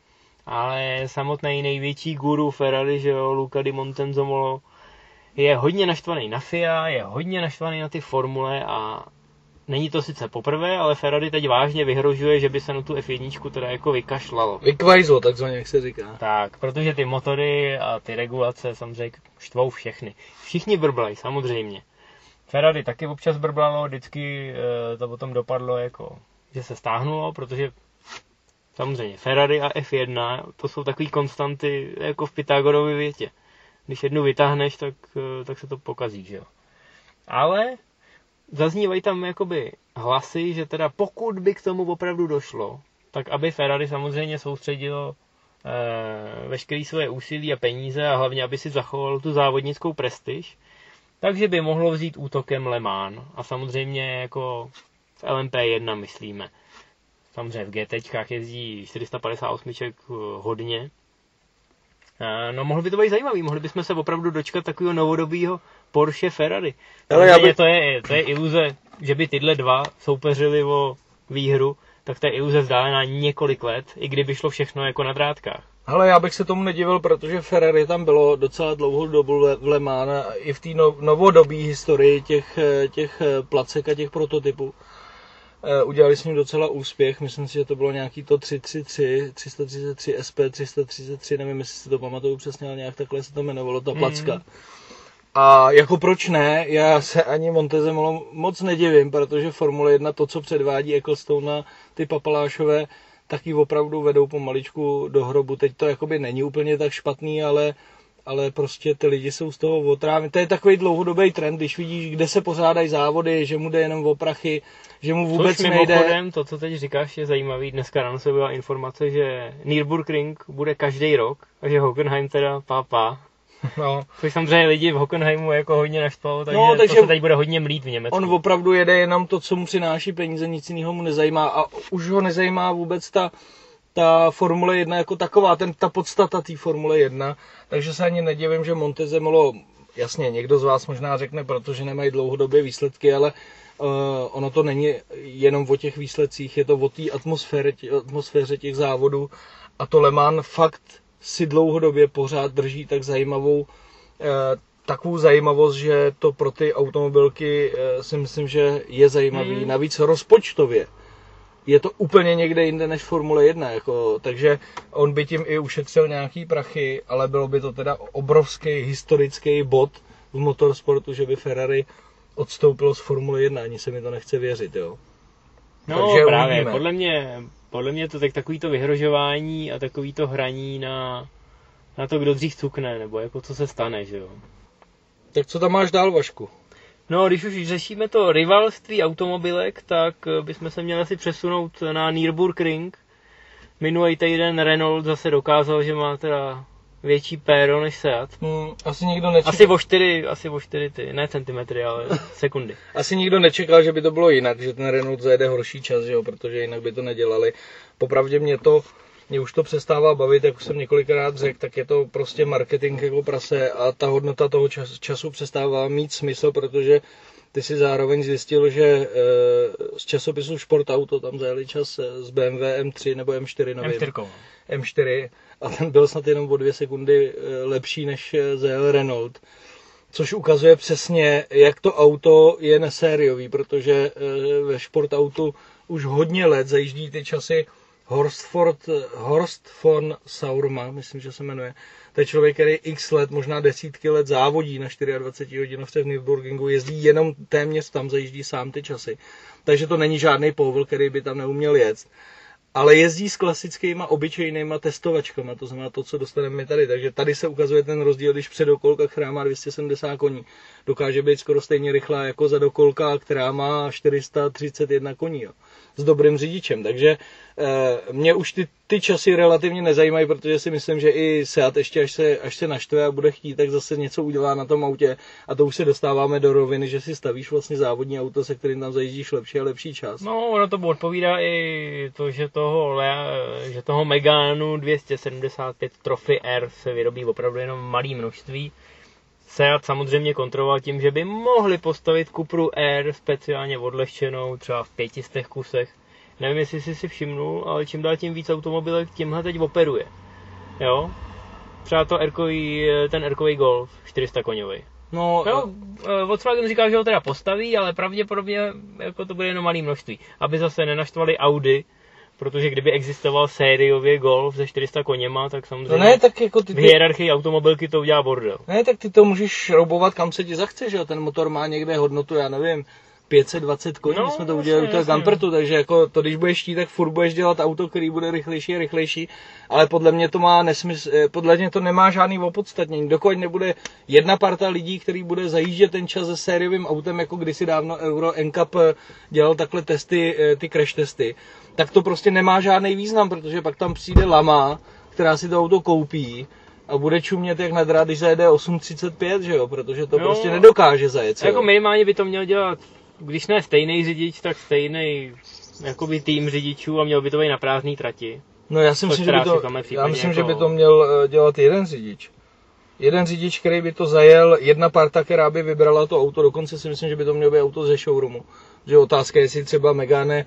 ale samotný největší guru Ferrari, že jo, Luca di Montezemolo, je hodně naštvaný na F I A, je hodně naštvaný na ty formule a není to sice poprvé, ale Ferrari teď vážně vyhrožuje, že by se na tu F jedna teda jako vykašlalo. Vykvajzlo, takzvaně, jak se říká. Tak, protože ty motory a ty regulace samozřejmě štvou všechny. Všichni brblají, samozřejmě. Ferrari taky občas brblalo, vždycky e, to potom dopadlo jako, že se stáhnulo, protože samozřejmě Ferrari a F jedna, to jsou takový konstanty jako v Pythagorově větě. Když jednu vytáhneš, tak, e, tak se to pokazí, že jo. Ale zaznívají tam jakoby hlasy, že teda pokud by k tomu opravdu došlo, tak aby Ferrari samozřejmě soustředilo e, veškeré své úsilí a peníze a hlavně, aby si zachovalo tu závodnickou prestiž, takže by mohlo vzít útokem Le Mans. A samozřejmě jako v L M P jedna myslíme. Samozřejmě v GTčkách jezdí čtyři sta padesát osm hodně. No mohl by to být zajímavý, mohli bychom se opravdu dočkat takového novodobího Porsche Ferrari. Ale by... to, je, to je iluze, že by tyhle dva soupeřili o výhru, tak to je iluze vzdálená několik let, i kdyby šlo všechno jako na drátkách. Ale já bych se tomu nedivil, protože Ferrari tam bylo docela dlouhou dobu v Le Mans i v té novodobé historii těch, těch placek a těch prototypů. Udělali s ním docela úspěch, myslím si, že to bylo nějaký to tři tři tři, tři sta třicet tři S P, tři sta třicet tři, nevím, jestli si to pamatuju přesně, ale nějak takhle se to jmenovalo, ta placka. Mm. A jako proč ne, já se ani Montezemolo moc nedivím, protože Formule jedna, to, co předvádí Ecclestone a ty papalášové, taky opravdu vedou pomaličku do hrobu. Teď to jakoby není úplně tak špatný, ale, ale prostě ty lidi jsou z toho otrávení. To je takový dlouhodobý trend, když vidíš, kde se pořádají závody, že mu jde jenom o prachy, že mu vůbec Což nejde. Mimochodem, to, co teď říkáš, je zajímavý. Dneska ráno se byla informace, že Nürburgring bude každý rok a že Hockenheim teda pápá. No. Což samozřejmě lidi v Hockenheimu jako hodně naštvalo, takže, no, takže to se teď bude hodně mlít v Německu. On opravdu jede jenom to, co mu přináší peníze, nic jiného mu nezajímá a už ho nezajímá vůbec ta, ta Formule jedna jako taková, ten, ta podstata té Formule jedna, takže se ani nedivím, že Montezemolo, jasně, někdo z vás možná řekne, protože nemají dlouhodobě výsledky, ale uh, ono to není jenom o těch výsledcích, je to o té atmosféře, atmosféře těch závodů a to Le Mans fakt si dlouhodobě pořád drží tak zajímavou, eh, takovou zajímavost, že to pro ty automobilky eh, si myslím, že je zajímavý. Hmm. Navíc rozpočtově je to úplně někde jinde než Formule jedna, jako, takže on by tím i ušetřil nějaký prachy, ale bylo by to teda obrovský historický bod v motorsportu, že by Ferrari odstoupilo z Formule jedna, ani se mi to nechce věřit, jo. No takže právě, uvidíme. podle mě Podle mě to tak takovýto vyhrožování a takovýto hraní na, na to, kdo dřív cukne, nebo jako co se stane, že jo. Tak co tam máš dál, Vašku? No, když už řešíme to rivalství automobilek, tak bychom se měli asi přesunout na Nürburgring. Minulý týden Renault zase dokázal, že má teda větší péro než Seat. Hmm, asi nikdo nečekal. Asi o čtyři, asi o čtyři ty, ne centimetry, ale sekundy. Asi nikdo nečekal, že by to bylo jinak, že ten Renault zajede horší čas, že jo, protože jinak by to nedělali. Popravdě mě to, mě už to přestává bavit, jak už jsem několikrát řekl, tak je to prostě marketing jako prase a ta hodnota toho čas, času přestává mít smysl, protože ty si zároveň zjistil, že e, z časopisu Sportauto tam zajeli čas z B M W M tři nebo M čtyři, nevím. M čtyři. M čtyři a ten byl snad jenom o dvě sekundy lepší než zajel Renault. Což ukazuje přesně, jak to auto je nesériový, protože ve Sportautu už hodně let zajíždí ty časy Horst, Ford, Horst von Saurma, myslím, že se jmenuje. To je člověk, který x let, možná desítky let závodí na dvacet čtyři hodinovce v Nürburgringu, jezdí jenom téměř tam, zajíždí sám ty časy. Takže to není žádný Povel, který by tam neuměl jet. Ale jezdí s klasickýma, obyčejnýma testovačkama, to znamená to, co dostaneme my tady. Takže tady se ukazuje ten rozdíl, když předokolka, která má dvě stě sedmdesát koní, dokáže být skoro stejně rychlá jako zadokolka, která má čtyři sta třicet jedna koní, jo, s dobrým řidičem. Takže eh, mě už ty, ty časy relativně nezajímají, protože si myslím, že i Seat ještě, až se, až se naštve a bude chtít, tak zase něco udělá na tom autě. A to už se dostáváme do roviny, že si stavíš vlastně závodní auto, se kterým tam zajíždíš lepší a lepší čas. No, ono to odpovídá i to, že toho, že toho Meganu dvě stě sedmdesát pět Trophy R se vyrobí opravdu jenom malý množství. Seat samozřejmě kontroloval tím, že by mohli postavit Cupru R speciálně odlehčenou, třeba v pětistech kusech. Nevím, jestli jsi si všimnul, ale čím dál tím víc automobilek tímhle teď operuje. Jo? Třeba to R-kový, ten R-kový Golf, čtyři sta koňový. No, no Volkswagen říkal, že ho teda postaví, ale pravděpodobně jako to bude jenom malý množství, aby zase nenaštvali Audi, protože kdyby existoval sériově Golf se čtyři sta koněma, tak samozřejmě no ne, tak jako ty, v hierarchii automobilky to udělá bordel. Ne, tak ty to můžeš šroubovat kam se ti zachce, že jo, ten motor má někde hodnotu, já nevím, pět set dvacet koní, no, jsme to udělali u toho Gampertu, takže jako to, když budeš chtít, tak furt budeš dělat auto, který bude rychlejší a rychlejší, ale podle mě to má nesmysl, podle mě to nemá žádný opodstatnění, dokud nebude jedna parta lidí, který bude zajíždět ten čas se sériovým autem, jako kdysi dávno Euro N C A P dělal takhle testy, ty crash testy, tak to prostě nemá žádný význam, protože pak tam přijde lama, která si to auto koupí, a bude čumět jak na drát, když zajede osm třicet pět, že jo, protože to jo, prostě nedokáže zajet. Jako minimálně by to měl dělat, když ne stejný řidič, tak stejný jakoby tým řidičů a měl by to být na prázdný trati. No já si myslím, že by to, já myslím, jako... že by to měl dělat jeden řidič. Jeden řidič, který by to zajel, jedna parta, která by vybrala to auto, dokonce si myslím, že by to mělo být auto ze showroomu. Že otázka je, jestli třeba Megane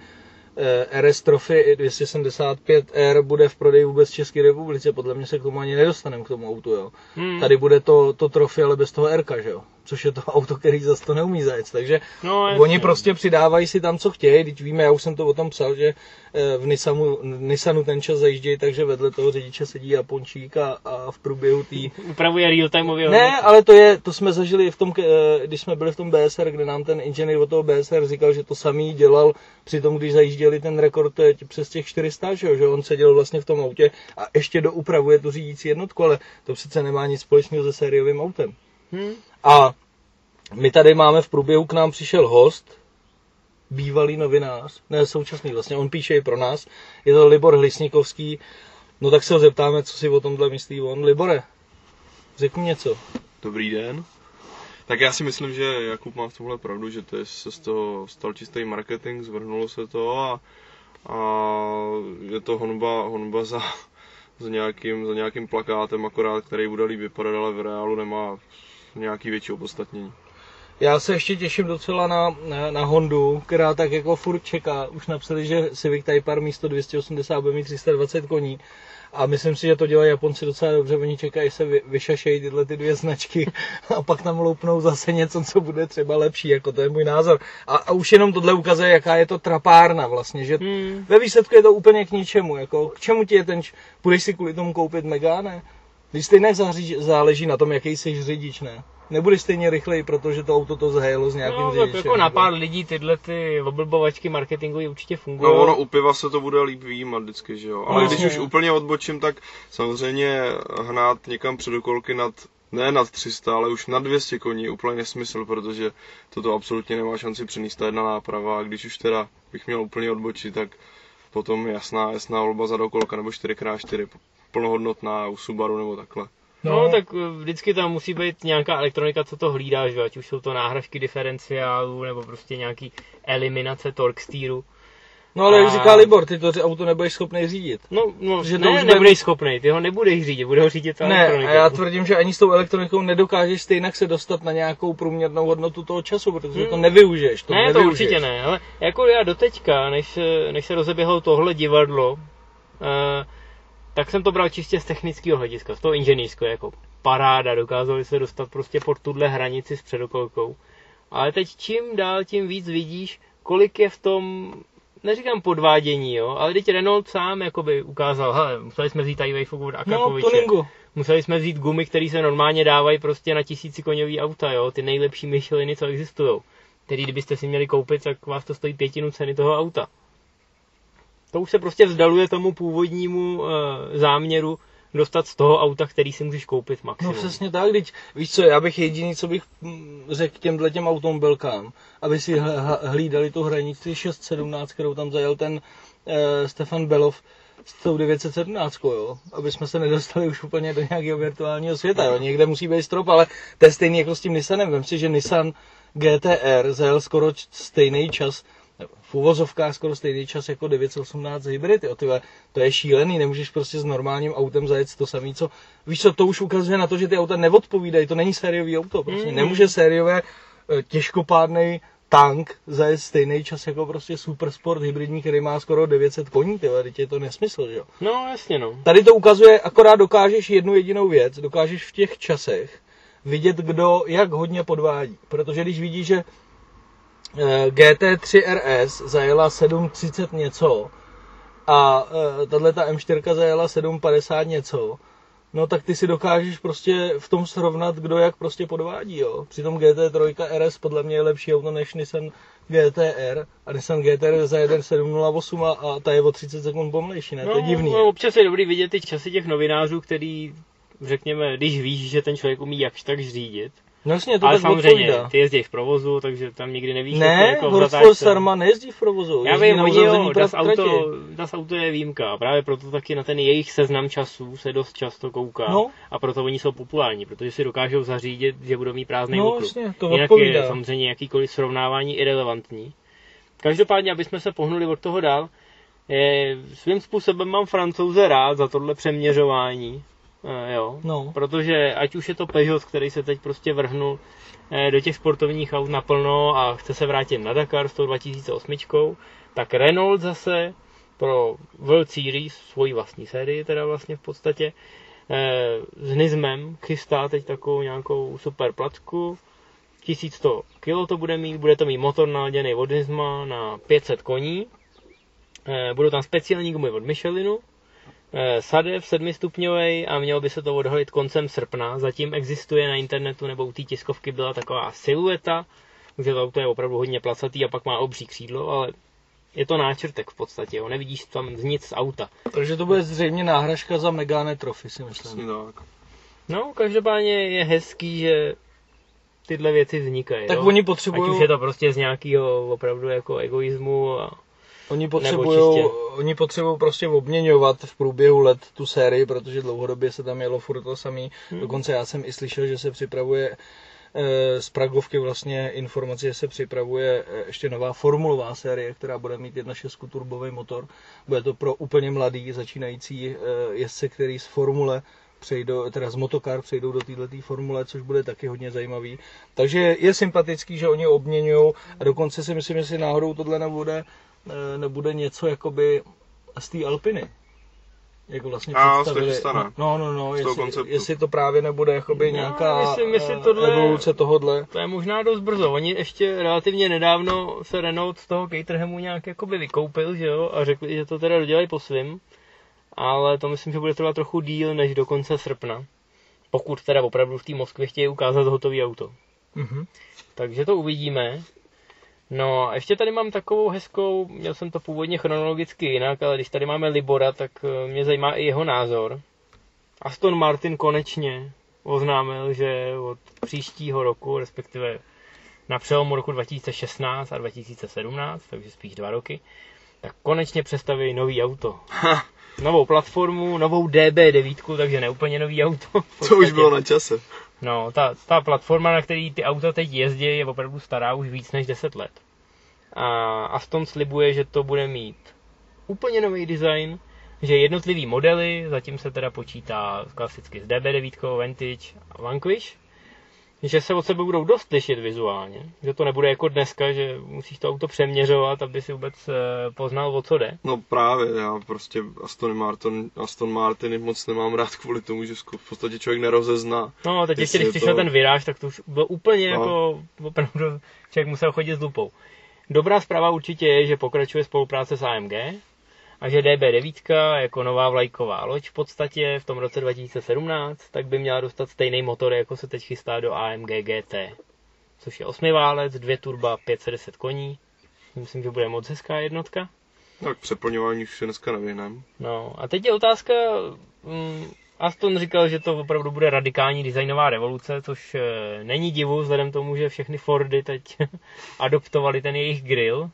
R S Trophy dvě stě sedmdesát pět R bude v prodeji vůbec v České republice, podle mě se k tomu ani nedostaneme k tomu autu, jo. Hmm. Tady bude to, to Trophy, ale bez toho R-ka, že jo. Což je to auto, který zase to neumí zajet, takže no, oni prostě přidávají si tam, co chtějí, teď víme, já už jsem to o tom psal, že v Nissanu, Nissanu ten čas zajíždějí, takže vedle toho řidiče sedí Japončík a, a v průběhu tý... Upravuje real-timeově. Ne, ale to je, to jsme zažili v tom, když jsme byli v tom B S R, kde nám ten inženýr od toho B S R říkal, že to samý dělal při tom, když zajížděli ten rekord přes těch čtyři sta, že, jo? Že on seděl vlastně v tom autě a ještě doupravuje tu řídící jednotku, ale to přece nemá nic společného se sériovým autem. Hmm. A my tady máme v průběhu, k nám přišel host, bývalý novinář, ne současný vlastně, on píše i pro nás, je to Libor Hlisníkovský, no tak se ho zeptáme, co si o tomhle myslí on. Libore, řekni něco. Dobrý den. Tak já si myslím, že Jakub má v tomhle pravdu, že to je, se z toho stal čistý marketing, zvrhnulo se to a, a je to honba, honba za, za, nějakým, za nějakým plakátem akorát, který bude líp vypadat, ale v reálu nemá nějaký větší opodstatnění. Já se ještě těším docela na, na, na Hondu, která tak jako furt čeká. Už napsali, že Civic Type R místo dvě stě osmdesát bude mít tři sta dvacet koní. A myslím si, že to dělají Japonci docela dobře. Oni čekají, se vy, vyšašejí tyhle ty dvě značky a pak tam loupnou zase něco, co bude třeba lepší. Jako to je můj názor. A, a už jenom tohle ukazuje, jaká je to trapárna vlastně. Že hmm. Ve výsledku je to úplně k ničemu. Jako, k čemu ti je ten... Půjdeš si kvůli tomu koupit Megane? Když stejně záleží na tom, jaký jsi řidič, ne? Nebudeš stejně rychleji, protože to auto to zahajelo s nějakým no, řidičem. Jako na pár lidí tyhle ty oblbovačky marketingový určitě fungují. No ono u piva se to bude líp výjímat vždycky, že jo. Ale no, když už úplně odbočím, tak samozřejmě hnát někam před okolky nad, ne nad tři sta, ale už nad dvě stě koní je úplně nesmysl, protože toto absolutně nemá šanci přenést ta jedna náprava. A když už teda bych měl úplně odbočit, tak potom jasná, jasná volba za dokolka nebo čtyři krát čtyři plnohodnotná u Subaru nebo takhle. No, no, tak vždycky tam musí být nějaká elektronika, co to hlídá, že? Ať už jsou to náhražky diferenciálů, nebo prostě nějaký eliminace torque steeru. No ale a... jak říká Libor, ty to auto nebudeš schopný řídit. No, no že ne, nebudeš bude... schopný, ty ho nebudeš řídit, bude ho řídit ta elektronika. Ne, a já tvrdím, že ani s tou elektronikou nedokážeš stejně se dostat na nějakou průměrnou hodnotu toho času, protože hmm. to nevyužiješ. To ne, nevyužiješ. To určitě ne, ale jako já doteďka, než, než se rozeběhlo tohle divadlo, uh, tak jsem to bral čistě z technického hlediska, z toho inženýrského, jako paráda, dokázali se dostat prostě pod tuhle hranici s předokolkou. Ale teď čím dál, tím víc vidíš, kolik je v tom, neříkám podvádění, jo, ale teď Renault sám jakoby ukázal, hele, museli jsme vzít tady Vejfoku od Akakoviče. No, museli jsme vzít gumy, které se normálně dávají prostě na tisícikoňový auta, jo, ty nejlepší Micheliny, co existují. Tedy kdybyste si měli koupit, tak vás to stojí pětinu ceny toho auta. To už se prostě vzdaluje tomu původnímu e, záměru dostat z toho auta, který si můžeš koupit maximum. No přesně tak, teď, víš co, já bych jediný, co bych řekl těmhle těm automobilkám, aby si hlídali tu hranici šest sedmnáct, kterou tam zajel ten e, Stefan Belov s tou devět set sedmnáct, jo, aby jsme se nedostali už úplně do nějakého virtuálního světa, jo, někde musí být strop, ale to je stejný jako s tím Nissanem, vem si, že Nissan G T R zajel skoro stejný čas, v uvozovkách skoro stejný čas jako devět set osmnáct hybrid, jo, tyhle, to je šílený, nemůžeš prostě s normálním autem zajet to samé, co, víš co, to už ukazuje na to, že ty auta neodpovídají, to není sériový auto, prostě mm. nemůže sériové těžkopádnej tank zajet stejný čas jako prostě Supersport hybridní, který má skoro devět set koní, tyhle, teď je to nesmysl, že jo. No, jasně no. Tady to ukazuje, akorát dokážeš jednu jedinou věc, dokážeš v těch časech vidět, kdo jak hodně podvádí. Protože když vidí, že G T tři R S zajela sedm třicet něco a tahle ta M čtyři zajela sedm padesát něco, no tak ty si dokážeš prostě v tom srovnat, kdo jak prostě podvádí, jo. Přitom G T tři R S podle mě je lepší auto než Nissan G T R a Nissan G T R zajede sedm nula osm a, a ta je o třicet sekund pomalejší, ne? No, to je divný. No, občas je dobrý vidět ty časy těch novinářů, který, řekněme, když víš, že ten člověk umí jakž tak řídit. No jasně, to ale tak samozřejmě, odpovídá. ty jezdíš v provozu, takže tam nikdy nevíš, ne, jako Horst Sarma nejezdí v provozu. Já vím, oni jo, das auto, das auto je výjimka a právě proto taky na ten jejich seznam časů se dost často kouká no. a proto oni jsou populární, protože si dokážou zařídit, že budou mít prázdný no, okruh. Jasně, to jinak odpovídá. Je samozřejmě jakýkoliv srovnávání irelevantní. Každopádně, aby jsme se pohnuli od toho dál, je, svým způsobem mám Francouze rád za tohle přeměřování. E, jo. No. Protože ať už je to Peugeot, který se teď prostě vrhnul e, do těch sportovních aut naplno a chce se vrátit na Dakar s tou dva tisíce osm, tak Renault zase pro World Series, svoji vlastní sérii teda vlastně v podstatě, e, s Nismem chystá teď takovou nějakou super placku. tisíc sto kilo to bude mít, bude to mít motor naladěný od Nisma na pět set koní. E, budou tam speciální gumy od Michelinu. Sadev sedmistupňovej a mělo by se to odhalit koncem srpna. Zatím existuje na internetu nebo u té tiskovky byla taková silueta, že to auto je opravdu hodně placatý a pak má obří křídlo, ale je to náčrtek v podstatě, jo. Nevidíš tam nic z auta. Takže to bude zřejmě náhražka za Megane Trophy, si myslím. Tak. No, každopádně je hezký, že tyhle věci vznikají. Tak jo? oni potřebují... Ať už je to prostě z nějakého opravdu jako egoismu a... Oni potřebují oni potřebují prostě obměňovat v průběhu let tu sérii, protože dlouhodobě se tam jelo furt to samý. Hmm. Dokonce já jsem i slyšel, že se připravuje e, z Pragovky vlastně informace, že se připravuje ještě nová formulová série, která bude mít jedna šest turbový motor. Bude to pro úplně mladý začínající e, jezdce, který z formule přejdou, teda z motokar přejdou do této formule, což bude taky hodně zajímavý. Takže je sympatický, že oni obměňují a dokonce si myslím, že si náhodou tohle nebude nebude něco jakoby z té Alpiny. Jako vlastně a, představili. No, no, no, jestli, jestli to právě nebude jakoby no, nějaká myslím, myslím, tohle, evoluce tohodle. To je možná dost brzo. Oni ještě relativně nedávno se Renault z toho Caterhamu nějak jakoby vykoupil, že jo, a řekli, že to teda dodělají po svým. Ale to myslím, že bude trvat trochu díl než do konce srpna. Pokud teda opravdu v té Moskvě chtějí ukázat hotový auto. Mm-hmm. Takže to uvidíme. No a ještě tady mám takovou hezkou, měl jsem to původně chronologicky jinak, ale když tady máme Libora, tak mě zajímá i jeho názor. Aston Martin konečně oznámil, že od příštího roku, respektive na přelomu roku dva tisíce šestnáct a dva tisíce sedmnáct, takže spíš dva roky, tak konečně představí nový auto. Ha. Novou platformu, novou D B devět, takže neúplně nový auto. To už bylo na čase. No, ta, ta platforma, na který ty auta teď jezdí, je opravdu stará už víc než deset let. A Aston slibuje, že to bude mít úplně nový design, že jednotlivý modely, zatím se teda počítá klasicky s D B devět, Vantage a Vanquish, že se od sebe budou dost lišit vizuálně, že to nebude jako dneska, že musíš to auto přeměřovat, aby si vůbec poznal, o co jde. No právě, já prostě Aston Martin, Aston Martiny moc nemám rád kvůli tomu, že v podstatě člověk nerozezná. No, teď ještě když přišel to... ten viráž, tak to už bylo úplně no. jako, opravdu člověk musel chodit s lupou. Dobrá zpráva určitě je, že pokračuje spolupráce s A M G a že D B devět jako nová vlajková loď v podstatě v tom roce dva tisíce sedmnáct tak by měla dostat stejný motor, jako se teď chystá do A M G G T, což je osmiválec, dvě turba, pět set deset koní. Myslím, že bude moc hezká jednotka. Tak přeplňování už je dneska nevyhneme. No a teď je otázka, um, Aston říkal, že to opravdu bude radikální designová revoluce, což e, není divu, vzhledem tomu, že všechny Fordy teď adoptovali ten jejich grill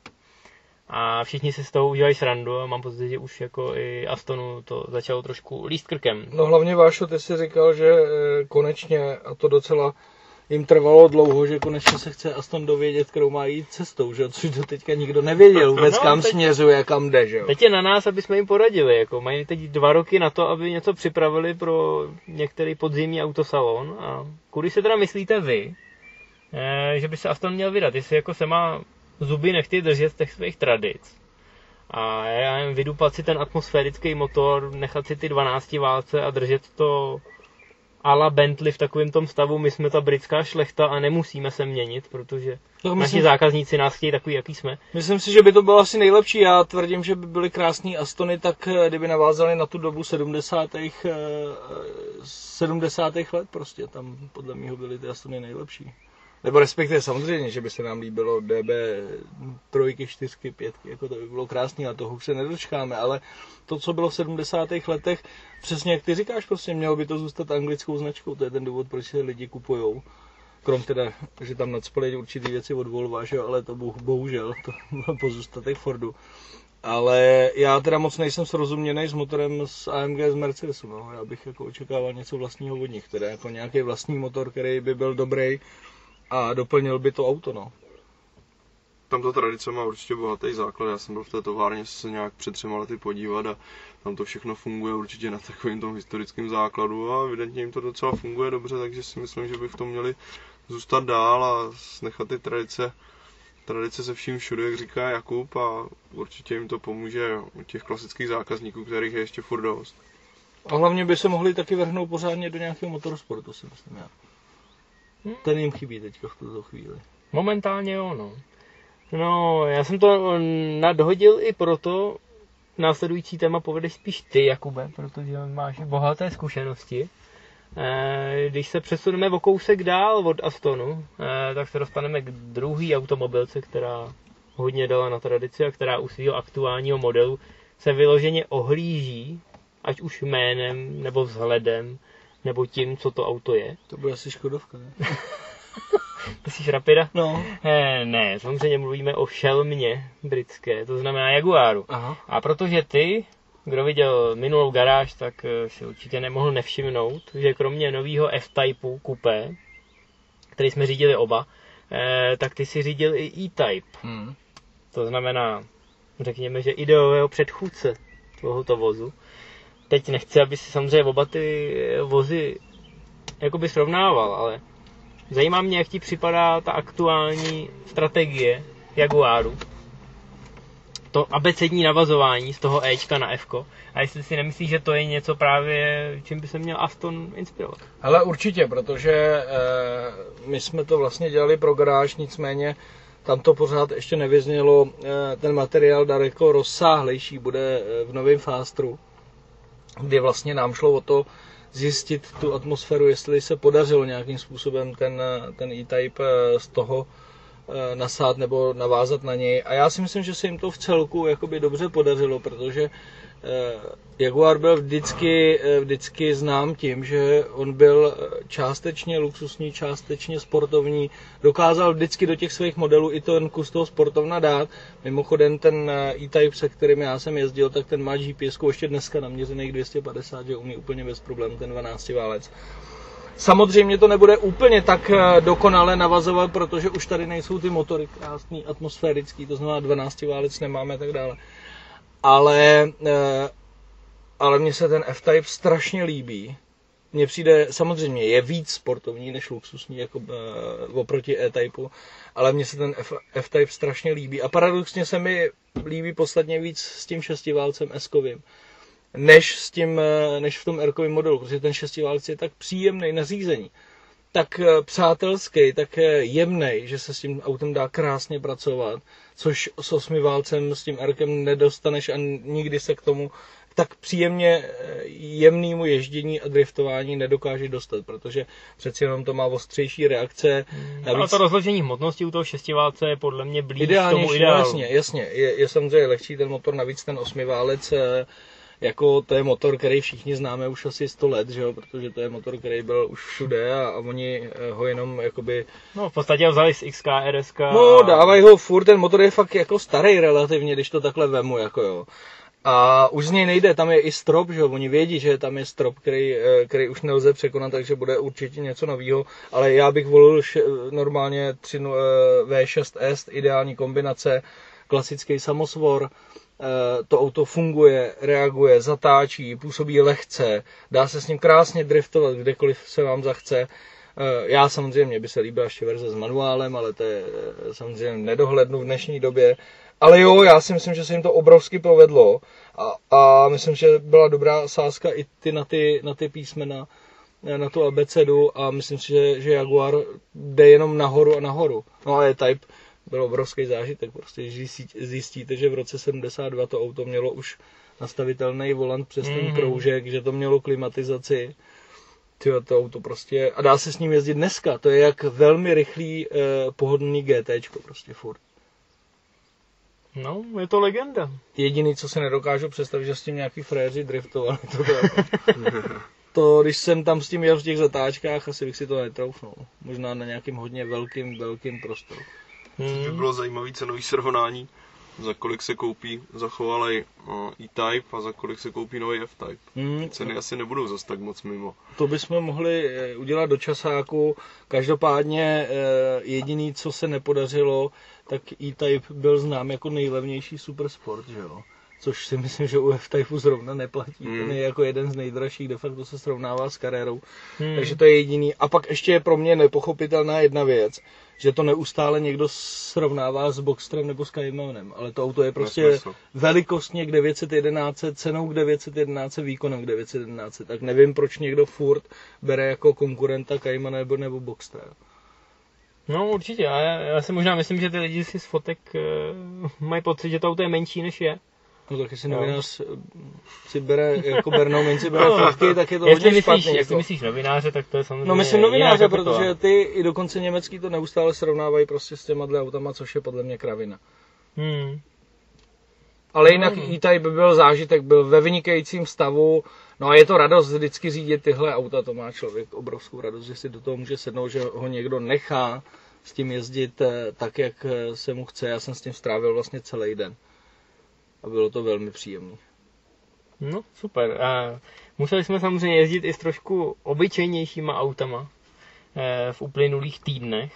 a všichni si z toho užívají srandu a mám pocit, že už jako i Astonu to začalo trošku líst krkem. No hlavně Vášo, ty jsi říkal, že e, konečně, a to docela jim trvalo dlouho, že konečně se chce Aston dovědět, kterou má jít cestou, že? Což to teďka nikdo nevěděl vůbec, no, kam teď, směřuje, kam jde, že jo? Teď je na nás, aby jsme jim poradili, jako mají teď dva roky na to, aby něco připravili pro některý podzimní autosalon a kudy se teda myslíte vy, že by se Aston měl vydat, jestli jako se má zuby nechty držet z těch svých tradic a já jen vydupat si ten atmosférický motor, nechat si ty dvanácti válce a držet to a la Bentley v takovém tom stavu, my jsme ta britská šlechta a nemusíme se měnit, protože no, myslím, naši zákazníci nás chtějí takový, jaký jsme. Myslím si, že by to bylo asi nejlepší. Já tvrdím, že by byly krásný Astony, tak kdyby navázali na tu dobu sedmdesátých let prostě. Tam podle mého byly ty Astony nejlepší. Nebo respektive samozřejmě, že by se nám líbilo D B trojky, čtyřky, pětky, jako to by bylo krásný a toho už se nedočkáme, ale to, co bylo v sedmdesátých letech, přesně jak ty říkáš, prostě mělo by to zůstat anglickou značkou, to je ten důvod, proč se lidi kupujou. Krom teda, že tam nadspali určitý věci od Volva, že jo, ale to bohužel, to byl pozůstatek Fordu. Ale já teda moc nejsem srozuměný s motorem z A M G z Mercedesu, no. Já bych jako očekával něco vlastního od nich, teda jako nějaký vlastní motor, který by byl dobrý a doplnil by to auto, no. Tam ta tradice má určitě bohatý základ, já jsem byl v té továrně se nějak před třema lety podívat a tam to všechno funguje určitě na takovém tom historickém základu a evidentně jim to docela funguje dobře, takže si myslím, že by v tom měli zůstat dál a nechat ty tradice, tradice se vším všude, jak říká Jakub, a určitě jim to pomůže u těch klasických zákazníků, kterých je ještě furt dost. A hlavně by se mohli taky vrhnout pořádně do nějakého motorsportu, si myslím já. Ten jim chybí teďka v tuto chvíli. Momentálně jo, no. No, já jsem to nadhodil i proto, následující téma povedeš spíš ty, Jakube, protože máš bohaté zkušenosti. Když se přesuneme o kousek dál od Astonu, tak se dostaneme k druhé automobilce, která hodně dala na tradici a která u svého aktuálního modelu se vyloženě ohlíží, ať už jménem, nebo vzhledem, nebo tím, co to auto je. To bude asi Škodovka, ne? Myslíš Rapida? No. Eh, ne, samozřejmě mluvíme o šelmě britské, to znamená Jaguaru. Aha. A protože ty, kdo viděl minulou garáž, tak si určitě nemohl nevšimnout, že kromě nového F-Typeu Coupé, který jsme řídili oba, eh, tak ty si řídil i E-Type. Hmm. To znamená, řekněme, že ideového předchůdce tohoto vozu. Teď nechci, aby si samozřejmě oba ty vozy jakoby srovnával, ale zajímá mě, jak ti připadá ta aktuální strategie Jaguaru. To abecední navazování z toho Ečka na Fko. A jestli si nemyslíš, že to je něco právě, čím by se měl Aston inspirovat? Ale určitě, protože e, my jsme to vlastně dělali pro garáž, nicméně tam to pořád ještě nevyznělo. E, ten materiál daleko rozsáhlejší bude v novém Fastru, kdy vlastně nám šlo o to zjistit tu atmosféru, jestli se podařilo nějakým způsobem ten, ten E-Type z toho nasát nebo navázat na něj. A já si myslím, že se jim to v celku jakoby dobře podařilo, protože Jaguar byl vždycky, vždycky znám tím, že on byl částečně luxusní, částečně sportovní, dokázal vždycky do těch svých modelů i ten kus toho sportovna dát. Mimochodem ten E-Type, se kterým já jsem jezdil, tak ten má G P S ještě dneska naměřených dvě stě padesát, že umí úplně bez problémů ten dvanáctiválec. Samozřejmě to nebude úplně tak dokonale navazovat, protože už tady nejsou ty motory krásný, atmosférický, to znamená dvanáctiválec nemáme a tak dále. Ale, ale mně se ten F-Type strašně líbí. Mně přijde, samozřejmě je víc sportovní než luxusní, jako oproti E-Typeu, ale mně se ten F-Type strašně líbí. A paradoxně se mi líbí podstatně víc s tím šestiválcem S-kovým, než, s tím, než v tom R-kovém modelu, protože ten šestiválec je tak příjemný na řízení, tak přátelský, tak jemnej, že se s tím autem dá krásně pracovat, což s osmiválcem, s tím R-kem nedostaneš a nikdy se k tomu tak příjemně jemnému ježdění a driftování nedokáže dostat, protože přeci jenom to má ostřejší reakce. Navíc... Ale to rozložení hmotnosti u toho šestiválce je podle mě blíž k tomu ideálu. Jasně, jasně. Je, je samozřejmě lehčí ten motor, navíc ten osmiválec, jako to je motor, který všichni známe už asi sto let, že jo? Protože to je motor, který byl už všude a, a oni ho jenom jakoby... No v podstatě ho vzali z X K, R S K. No dávají ho furt, ten motor je fakt jako starý relativně, když to takhle vemu, jako jo. A už z něj nejde, tam je i strop, že jo, oni vědí, že tam je strop, který, který už nelze překonat, takže bude určitě něco novýho, ale já bych volil š, normálně tři V šest S, ideální kombinace, klasický samosvor, to auto funguje, reaguje, zatáčí, působí lehce, dá se s ním krásně driftovat, kdekoliv se vám zachce. Já samozřejmě by se líbila ještě verze s manuálem, ale to je samozřejmě nedohlednu v dnešní době. Ale jo, já si myslím, že se jim to obrovsky povedlo a, a myslím, že byla dobrá sázka i ty na ty, na ty písmena, na tu abecedu a myslím si, že, že Jaguar jde jenom nahoru a nahoru. No a E-Type byl obrovský zážitek, prostě, když zjistíte, že v roce sedmdesát dva to auto mělo už nastavitelný volant přes ten mm-hmm. kroužek, že to mělo klimatizaci, tyjo, to auto prostě, a dá se s ním jezdit dneska, to je jak velmi rychlý, eh, pohodlný GTčko prostě furt. No, je to legenda. Jediný, co se nedokážu představit, že s tím nějaký fréři driftovali. To, to, to, když jsem tam s tím jel v těch zatáčkách, asi bych si to netroufnul. Možná na nějakým hodně velkým, velkým prostoru. Hmm. To by bylo zajímavé cenový srovnání, za kolik se koupí zachovalej uh, E-Type a za kolik se koupí nový F-Type. Hmm. Ceny asi nebudou zas tak moc mimo. To bychom mohli udělat do časáku. Každopádně jediný, co se nepodařilo, tak E-Type byl znám jako nejlevnější supersport, že jo? Což si myslím, že u F-Typeu zrovna neplatí. Hmm. Ten je jako jeden z nejdražších, de facto se srovnává s Carrerou. Hmm. Takže to je jediný. A pak ještě je pro mě nepochopitelná jedna věc, že to neustále někdo srovnává s Boxsterem nebo s Caymanem, ale to auto je prostě Nesmysl. velikostně k devět set jedenáct, cenou k devět set jedenáct, výkonem k devět set jedenáct. Tak nevím, proč někdo furt bere jako konkurenta Cayman nebo, nebo Boxster. No určitě, já, já si možná myslím, že ty lidi si z fotek uh, mají pocit, že to auto je menší než je. No tak jestli novinář si bere, jako bernou minci bere no, fotky, tak je to jestli hodně myslíš, špatný. Jestli jako. myslíš novináře, tak to je samozřejmě No myslím novináře, protože ty i dokonce německý to neustále srovnávají prostě s těma autama, což je podle mě kravina. Hmm. Ale jinak hmm. E-Type byl zážitek, byl ve vynikajícím stavu, no a je to radost vždycky řídit tyhle auta, to má člověk obrovskou radost, že si do toho může sednout, že ho někdo nechá s tím jezdit tak, jak se mu chce. Já jsem s tím strávil vlastně celý den. A bylo to velmi příjemné. No, super. A museli jsme samozřejmě jezdit i s trošku obyčejnějšíma autama v uplynulých týdnech.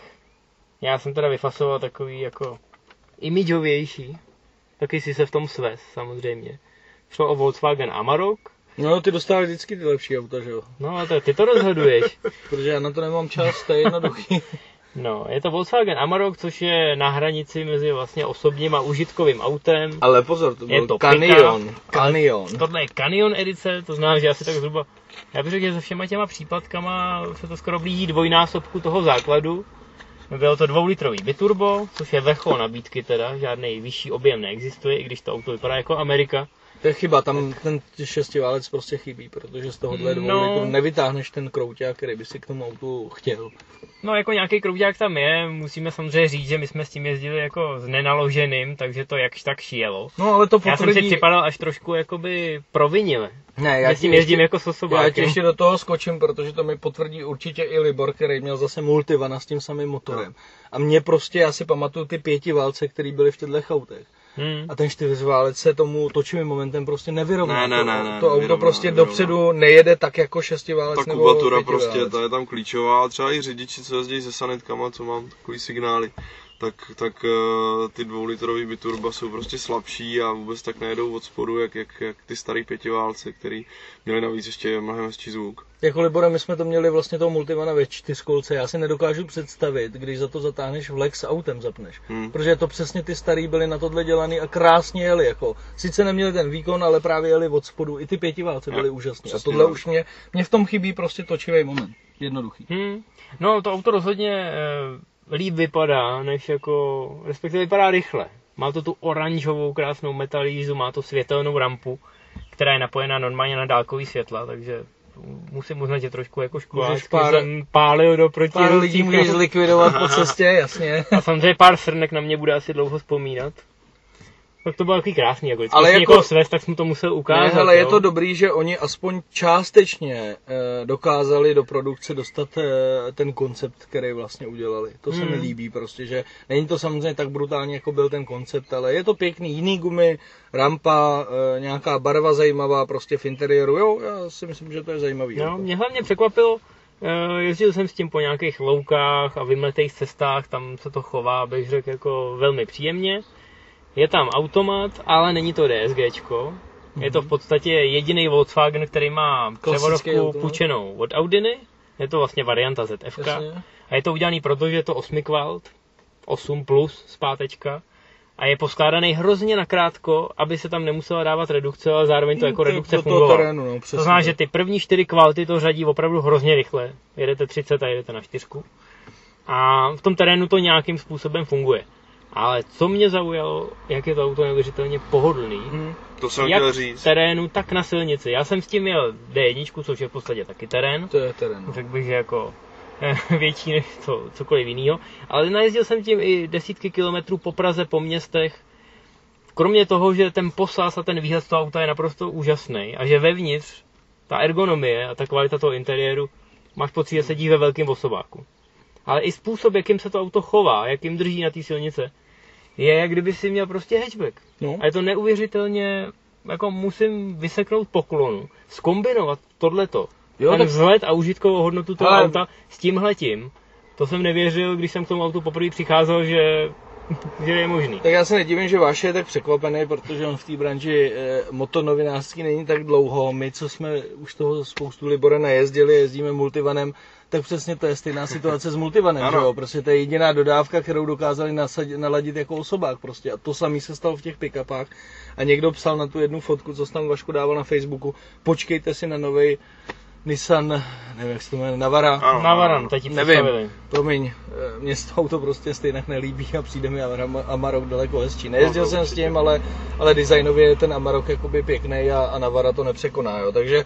Já jsem teda vyfasoval takový jako imidžovější. Taky si se v tom svez, samozřejmě. Šlo o Volkswagen Amarok. No, ty dostáváš vždycky ty lepší auta, že jo? No, to, ty to rozhoduješ. Protože já na to nemám čas, to je jednoduchý. No, je to Volkswagen Amarok, což je na hranici mezi vlastně osobním a užitkovým autem. Ale pozor, to byl je to Canyon. Canyon. Tohle je Canyon edice, to znamená, že asi tak zhruba, já bych řekl, že se všema těma případkama se to skoro blíží dvojnásobku toho základu. Bylo to dvoulitrový biturbo, což je vrchol nabídky teda, žádný vyšší objem neexistuje, i když to auto vypadá jako Amerika. To je chyba, tam ten šestiválec prostě chybí, protože z tohohle dvou no, litru nevytáhneš ten krouťák, který by si k tomu autu chtěl. No jako nějaký krouťák tam je, musíme samozřejmě říct, že my jsme s tím jezdili jako s nenaloženým, takže to jakž tak šijelo. No ale to potvrdí... Já jsem si připadal až trošku jakoby provinile. Ne, já s tím jezdím ještě, jako s osobákem. Já ti ještě do toho skočím, protože to mi potvrdí určitě i Libor, který měl zase Multivana s tím samým motorem. A mě prostě, já si pamatuju ty pětiválce, které byly v těchto autech. Hmm. A ten čtyřválec se tomu točivým momentem prostě nevyrovná. Ne, ne, ne, ne, to auto vyrovná, prostě vyrovná. dopředu nejede tak jako šestiválec ta nebo kubatura pětiválec. prostě, ta je tam klíčová. Třeba i řidiči, co jezdí se sanetkama, co mám takový signály, tak, tak uh, ty dvoulitrový biturba jsou prostě slabší a vůbec tak nejedou od spodu, jak, jak, jak ty starý pětiválce, který měli navíc ještě mnohem hezčí zvuk. Jako Libore, my jsme to měli vlastně toho Multivana ve čtyřkolce, já si nedokážu představit, když za to zatáhneš vlek s autem zapneš. Hmm. Protože to přesně ty starý byly na tohle dělaný a krásně jeli, jako. Sice neměli ten výkon, ale právě jeli od spodu, i ty pětiválce byly ja, úžasné. A tohle už mě, mě v tom chybí prostě točivý moment, jednoduchý. Hmm. No to auto rozhodně e, líp vypadá, než jako, respektive vypadá rychle. Má to tu oranžovou krásnou metalízu, má to světelnou rampu, která je napojená normálně na dálkový světla, takže musím uznat, že trošku jako školáčky pár, jsem pálil do proti. Pár lidí můžeš zlikvidovat po cestě, jasně. A samozřejmě pár srnek na mě bude asi dlouho vzpomínat. Tak to bylo takový krásný, jako ale jako někoho svést, tak jsem to musel ukázat. Ne, ale je to dobrý, že oni aspoň částečně eh, dokázali do produkce dostat eh, ten koncept, který vlastně udělali. To se hmm. mi líbí prostě, že není to samozřejmě tak brutální, jako byl ten koncept, ale je to pěkný, jiný gumy, rampa, eh, nějaká barva zajímavá prostě v interiéru. Jo, já si myslím, že to je zajímavý. No, mě hlavně překvapilo, eh, jezdil jsem s tím po nějakých loukách a vymletých cestách, tam se to chová, bych řekl, jako velmi příjemně. Je tam automat, ale není to DSGčko. Je to v podstatě jediný Volkswagen, který má převodovku půjčenou od Audiny. Je to vlastně varianta Z F. A je to udělaný proto, že je to osmikvalt, osm plus zpátečka. a je poskládaný hrozně nakrátko, aby se tam nemusela dávat redukce, ale zároveň to jako to, redukce to, fungovalo. Terénu, no, to znamená, že ty první čtyři kvality to řadí opravdu hrozně rychle. Jedete třicet a jedete na čtyřku. A v tom terénu to nějakým způsobem funguje. Ale co mě zaujalo, jak je to auto neuvěřitelně pohodlný. Hmm. To jsem jak chtěl říct. v terénu, tak na silnici. Já jsem s tím měl D jedna, což je v podstatě taky terén. To je terén. Řekl bych, že jako větší než to, cokoliv jiného. Ale najezdil jsem tím i desítky kilometrů po Praze, po městech. Kromě toho, že ten posaz a ten výhled z toho auta je naprosto úžasný a že vevnitř ta ergonomie a ta kvalita toho interiéru máš pocit, že sedí ve velkém osobáku. Ale i způsob, jakým se to auto chová, jakým drží na té silnice, je, jak kdyby si měl prostě hatchback. No. A je to neuvěřitelně, jako musím vyseknout poklonu, zkombinovat tohleto, jo, ten tak... vzhled a užitkovou hodnotu toho ale... auta s tímhletím. To jsem nevěřil, když jsem k tomu autu poprvé přicházel, že, že je možný. Tak já se nedivím, že Váš je tak překvapený, protože on v té branži eh, motonovinářský není tak dlouho. My, co jsme už toho spoustu Libora najezdili, jezdíme multivanem, tak přesně to je stejná situace s multivanem, že jo? Prostě to je jediná dodávka, kterou dokázali nasadit, naladit jako osobák prostě. A to samé se stalo v těch pick-upách. A někdo psal na tu jednu fotku, co tam Vašku dával na Facebooku, počkejte si na novej Nissan, nevím, jak se to jmenuje, Navara. Navaran, teď ti představili. Nevím, promiň, mně to auto prostě stejně nelíbí a přijde mi Amarok daleko hezčí. Nejezdil no, jsem s tím, ale, ale designově je ten Amarok jakoby pěkný a, a Navara to nepřekoná, jo. Takže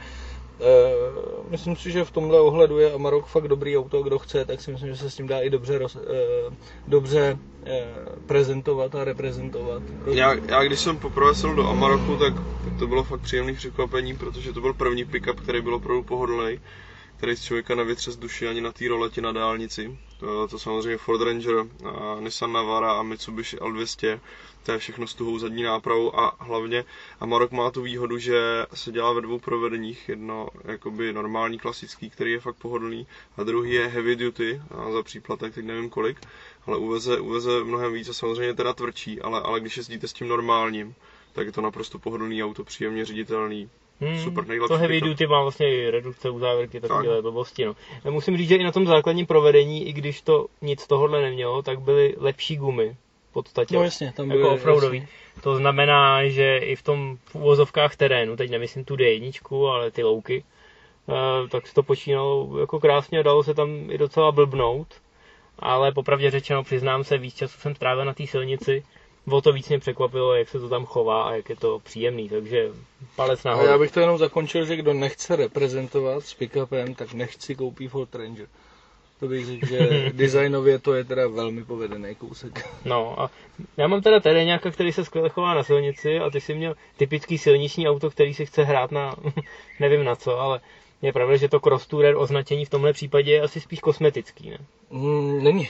Uh, myslím si, že v tomhle ohledu je Amarok fakt dobrý auto, kdo chce, tak si myslím, že se s tím dá i dobře, roz, uh, dobře uh, prezentovat a reprezentovat. Já, já když jsem poprvé šel do Amaroku, tak, tak to bylo fakt příjemné překvapení, protože to byl první pick-up, který byl opravdu pohodlný, který z člověka nevytře z duši ani na té roleti na dálnici. To, to samozřejmě Ford Ranger, a Nissan Navara a Mitsubishi L dvě stě. To je všechno s tuhou zadní nápravou a hlavně Amarok má tu výhodu, že se dělá ve dvou provedeních. Jedno jakoby normální, klasický, který je fakt pohodlný, a druhý je heavy duty, a za příplatek, teď nevím kolik, ale uveze, uveze mnohem víc a samozřejmě teda tvrdší, ale, ale když jezdíte s tím normálním, tak je to naprosto pohodlný auto, příjemně ředitelný. Hmm, super, nejlepší. To heavy duty má vlastně i redukce u závěrky, takovéhle blbosti. No. Musím říct, že i na tom základním provedení, i když to nic z tohohle nemělo, tak byly lepší gumy. V podstatě, no jasně, tam jako offroadový. To znamená, že i v tom v uvozovkách terénu, teď nemyslím tu D jedna, ale ty louky, tak se to počínalo jako krásně, dalo se tam i docela blbnout, ale popravdě řečeno, přiznám se, víc času jsem strávil na té silnici, o to víc mě překvapilo, jak se to tam chová a jak je to příjemný, takže palec nahoru. A já bych to jenom zakončil, že kdo nechce reprezentovat s pick-upem, tak nechci koupí Ford Ranger. To bych řekl, že designově to je teda velmi povedený kousek. No a já mám teda teréňáka, který se skvěle chová na silnici, a ty jsi měl typický silniční auto, který si chce hrát na nevím na co, ale je pravda, že to Cross Tourer označení v tomhle případě je asi spíš kosmetický, ne? Mm, není.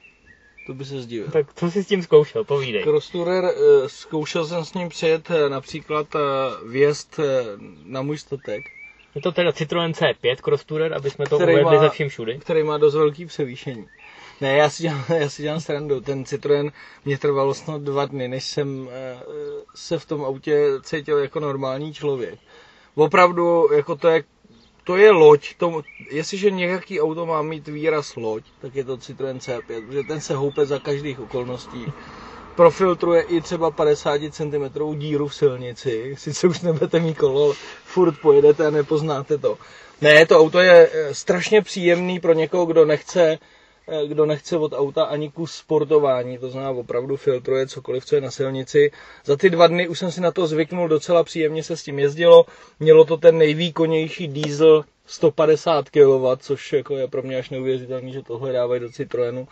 To by se zdivil. Tak co jsi s tím zkoušel, povídej. Cross Tourer, zkoušel jsem s ním přijet například vjezd na můj statek. Je to teda Citroën C pět Cross Tourer, aby jsme to uvedli ze vším všudy. Který má dost velký převýšení. Ne, já si dělám, já si dělám srandu. Ten Citroën mě trvalo snad dva dny, než jsem se v tom autě cítil jako normální člověk. Opravdu, jako to je, to je loď. To, jestliže nějaký auto má mít výraz loď, tak je to Citroën C pět, protože ten se houpe za každých okolností. Profiltruje i třeba padesát centimetrů díru v silnici, sice už nebudete mít kolo, furt pojedete a nepoznáte to. Ne, to auto je strašně příjemný pro někoho, kdo nechce, kdo nechce od auta ani kus sportování, to znamená opravdu filtruje cokoliv, co je na silnici. Za ty dva dny už jsem si na to zvyknul, docela příjemně se s tím jezdilo, mělo to ten nejvýkonnější diesel sto padesát kilowattů, což jako je pro mě až neuvěřitelný, že tohle dávají do Citroenu.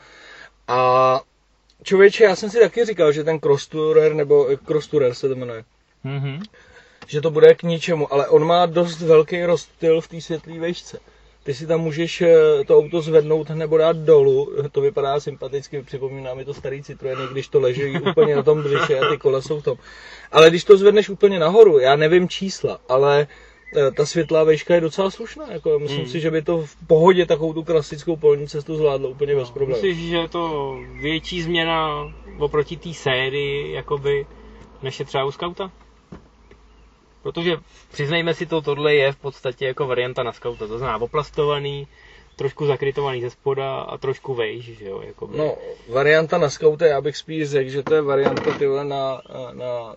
A člověče, já jsem si taky říkal, že ten Cross Tourer, nebo Cross Tourer se to jmenuje, mm-hmm. že to bude k ničemu, ale on má dost velký rozptyl v té světlé vejšce. Ty si tam můžeš to auto zvednout nebo dát dolů, to vypadá sympaticky, připomíná mi to starý Citroeny, když to leží úplně na tom břiše a ty kola jsou v tom. Ale když to zvedneš úplně nahoru, já nevím čísla, ale ta světlá vejška je docela slušná, jako myslím mm. si, že by to v pohodě takovou tu klasickou polní cestu zvládlo úplně bez problémů. Myslíš, že je to větší změna oproti té sérii, jakoby, než je třeba u Scouta? Protože, přiznejme si to, tohle je v podstatě jako varianta na Scouta, to znamená oplastovaný, trošku zakrytovaný ze spoda a trošku vejš, že jo, jakoby. No, varianta na Scoute, já bych spíš řekl, že to je varianta tyhle na, na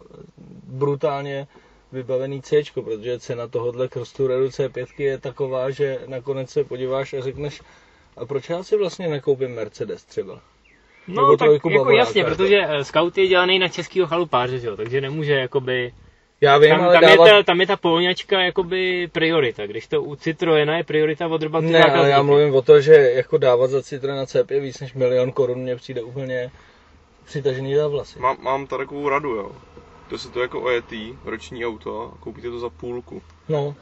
brutálně vybavený C, protože cena tohohle Crosstoureru C pět je taková, že nakonec se podíváš a řekneš, a proč já si vlastně nekoupím Mercedes třeba? No nebo tak jako jasně, protože Scout je dělaný na českýho chalupáře, že jo, takže nemůže jakoby... Já vím, tam, ale tam, dávat... je ta, tam je ta polňačka jakoby priorita, když to u Citroena je priorita odrbat ty Ne, zákazníky. ale já mluvím o to, že jako dávat za Citroena C pět víc než milion korun mně přijde úplně přitažený za vlasy. Mám, mám tady takovou radu, jo. To se to jako ojetý, roční auto, koupíte to za půlku. No.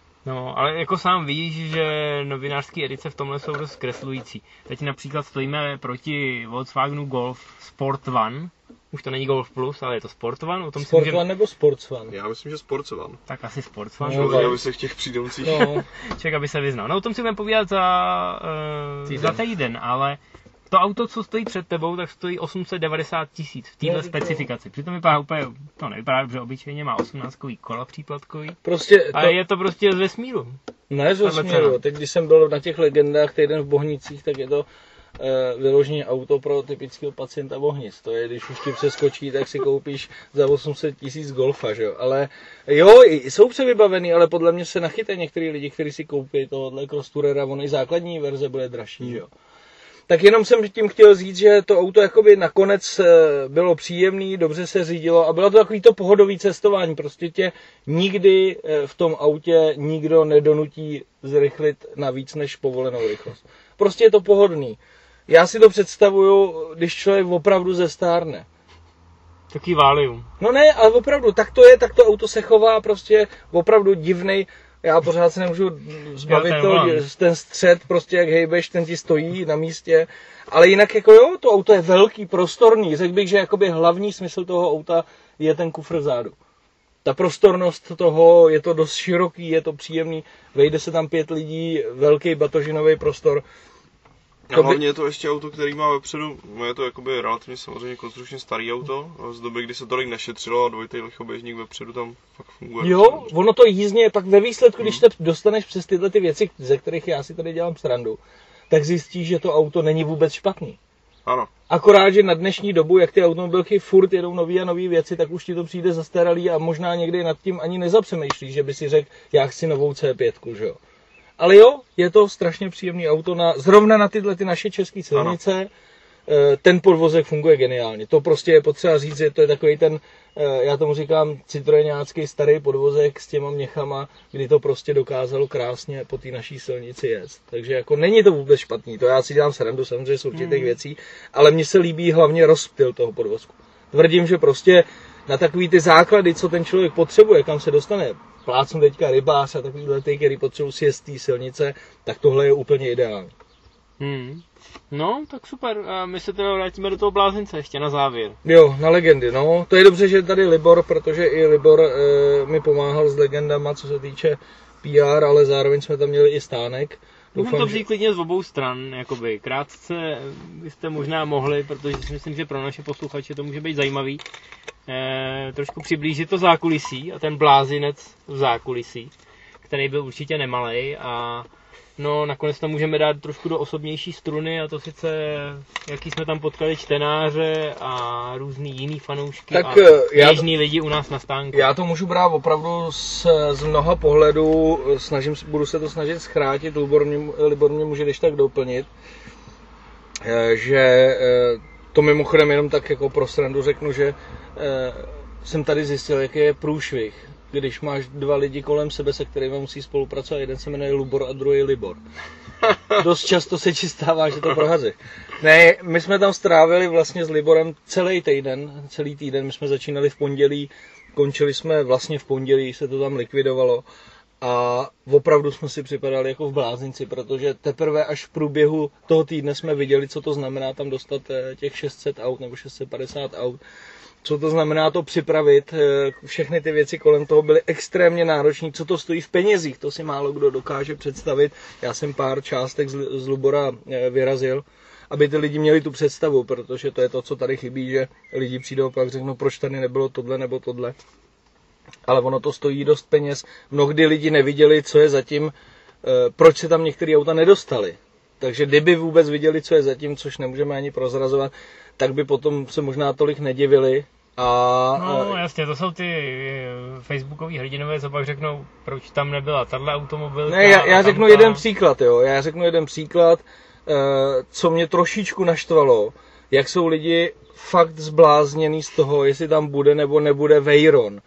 No, ale jako sám víš, že novinářské edice v tomhle jsou dost zkreslující. Teď například stojíme proti Volkswagenu Golf Sport One. Už to není Golf Plus, ale je to Sport One. O tom Sport můžeme... One nebo Sports One? Já myslím, že Sports One. Tak asi Sport One. No, no, aby se v těch přídomcích... No. Člověk, aby se vyznal. No, o tom si budeme povídat za, uh, týden. za týden, ale to auto, co stojí před tebou, tak stojí osm set devadesát tisíc v této specifikaci. Přitom vypadá úplně, to nevypadá dobře obyčejně, má osmnáctkový kola příplatkový. Prostě to... Ale je to prostě z vesmíru. Ne z vesmíru. Teď, když jsem byl na těch legendách týden v Bohnicích, tak je to uh, vyloženě auto pro typického pacienta Bohnic. To je, když už ti přeskočí, tak si koupíš za osm set tisíc Golfa, že jo. Ale jo, jsou převybavený, ale podle mě se nachytají některý lidi, kteří si koupí tohohle Crosstourera, ono i základní verze bude dražší, hmm. že jo. Tak jenom jsem tím chtěl říct, že to auto jakoby nakonec bylo příjemný, dobře se řídilo a bylo to takový to pohodový cestování. Prostě tě nikdy v tom autě nikdo nedonutí zrychlit na víc než povolenou rychlost. Prostě je to pohodlný. Já si to představuju, když člověk opravdu zestárne. Taký válium. No ne, ale opravdu, tak to je, tak to auto se chová prostě opravdu divnej. Já pořád se nemůžu zbavit ten, to, ten střed, prostě jak hejbeš, ten ti stojí na místě. Ale jinak jako jo, to auto je velký, prostorný. Řekl bych, že jakoby hlavní smysl toho auta je ten kufr vzadu. Ta prostornost toho, je to dost široký, je to příjemný, vejde se tam pět lidí, velký batožinový prostor. A hlavně je to ještě auto, který má vepředu, no je to jakoby relativně samozřejmě konstrukčně starý auto, z doby, kdy se tolik nešetřilo a dvojitý lichoběžník vepředu tam fakt funguje. Jo, ono to jízdně, pak ve výsledku, když se dostaneš přes tyhle ty věci, ze kterých já si tady dělám srandu, tak zjistíš, že to auto není vůbec špatný. Ano. Akorát, že na dnešní dobu, jak ty automobilky furt jedou nový a nový věci, tak už ti to přijde zastaralý a možná někdy nad tím ani nezapřemýšlíš, že by si řekl, já chci novou C pět, že jo. Ale jo, je to strašně příjemný auto, na, zrovna na tyhle ty naše české silnice. Ano. Ten podvozek funguje geniálně. To prostě je potřeba říct, že to je takový ten, já tomu říkám, citroenácký starý podvozek s těma měchama, kdy to prostě dokázalo krásně po té naší silnici jet. Takže jako není to vůbec špatný, to já si dělám srandu samozřejmě z určitých hmm. věcí, ale mně se líbí hlavně rozptyl toho podvozku. Tvrdím, že prostě na takový ty základy, co ten člověk potřebuje, kam se dostane, plácnu teďka rybář a takovýhle ty, který potřebují si jet z té silnice, tak tohle je úplně ideální. Hmm. No, tak super. A my se teda vrátíme do toho blázince ještě na závěr. Jo, na legendy, no. To je dobře, že tady Libor, protože i Libor e, mi pomáhal s legendama, co se týče P R, ale zároveň jsme tam měli i stánek. Můžu to vzít klidně z obou stran, jakoby krátce byste možná mohli, protože si myslím, že pro naše posluchače to může být zajímavý, e, trošku přiblížit to zákulisí a ten blázinec v zákulisí, který byl určitě nemalej a no, nakonec tam můžeme dát trošku do osobnější struny a to sice, jaký jsme tam potkali čtenáře a různý jiný fanoušky tak a běžný to, lidi u nás na stánku. Já to můžu brát opravdu z, z mnoha pohledů, snažím, budu se to snažit zkrátit, Libor mě, Libor mě může když tak doplnit, že to mimochodem jenom tak jako pro srandu řeknu, že jsem tady zjistil, jaký je průšvih, když máš dva lidi kolem sebe, se kterými musí spolupracovat, jeden se jmenuje Lubor a druhý Libor. Dost často se ti stává, že to prohazí. Ne, my jsme tam strávili vlastně s Liborem celý týden, celý týden, my jsme začínali v pondělí, končili jsme vlastně v pondělí, se to tam likvidovalo a opravdu jsme si připadali jako v blázinci, protože teprve až v průběhu toho týdne jsme viděli, co to znamená tam dostat těch šest set aut nebo šest set padesát aut. Co to znamená to připravit, všechny ty věci kolem toho byly extrémně náročné, co to stojí v penězích, to si málo kdo dokáže představit. Já jsem pár částek z Lubora vyrazil, aby ty lidi měli tu představu, protože to je to, co tady chybí, že lidi přijdou a pak řeknou, proč tady nebylo tohle nebo tohle. Ale ono to stojí dost peněz, mnohdy lidi neviděli, co je zatím, proč se tam některé auta nedostaly. Takže kdyby vůbec viděli, co je zatím, což nemůžeme ani prozrazovat, tak by potom se možná tolik nedivili. A, no jasně, to jsou ty facebookoví hrdinové, co pak řeknou, proč tam nebyla tahle automobilka. Ne, já, já řeknu tamta. jeden příklad, jo. Já řeknu jeden příklad, co mě trošičku naštvalo, jak jsou lidi fakt zblázněný z toho, jestli tam bude nebo nebude Veyron.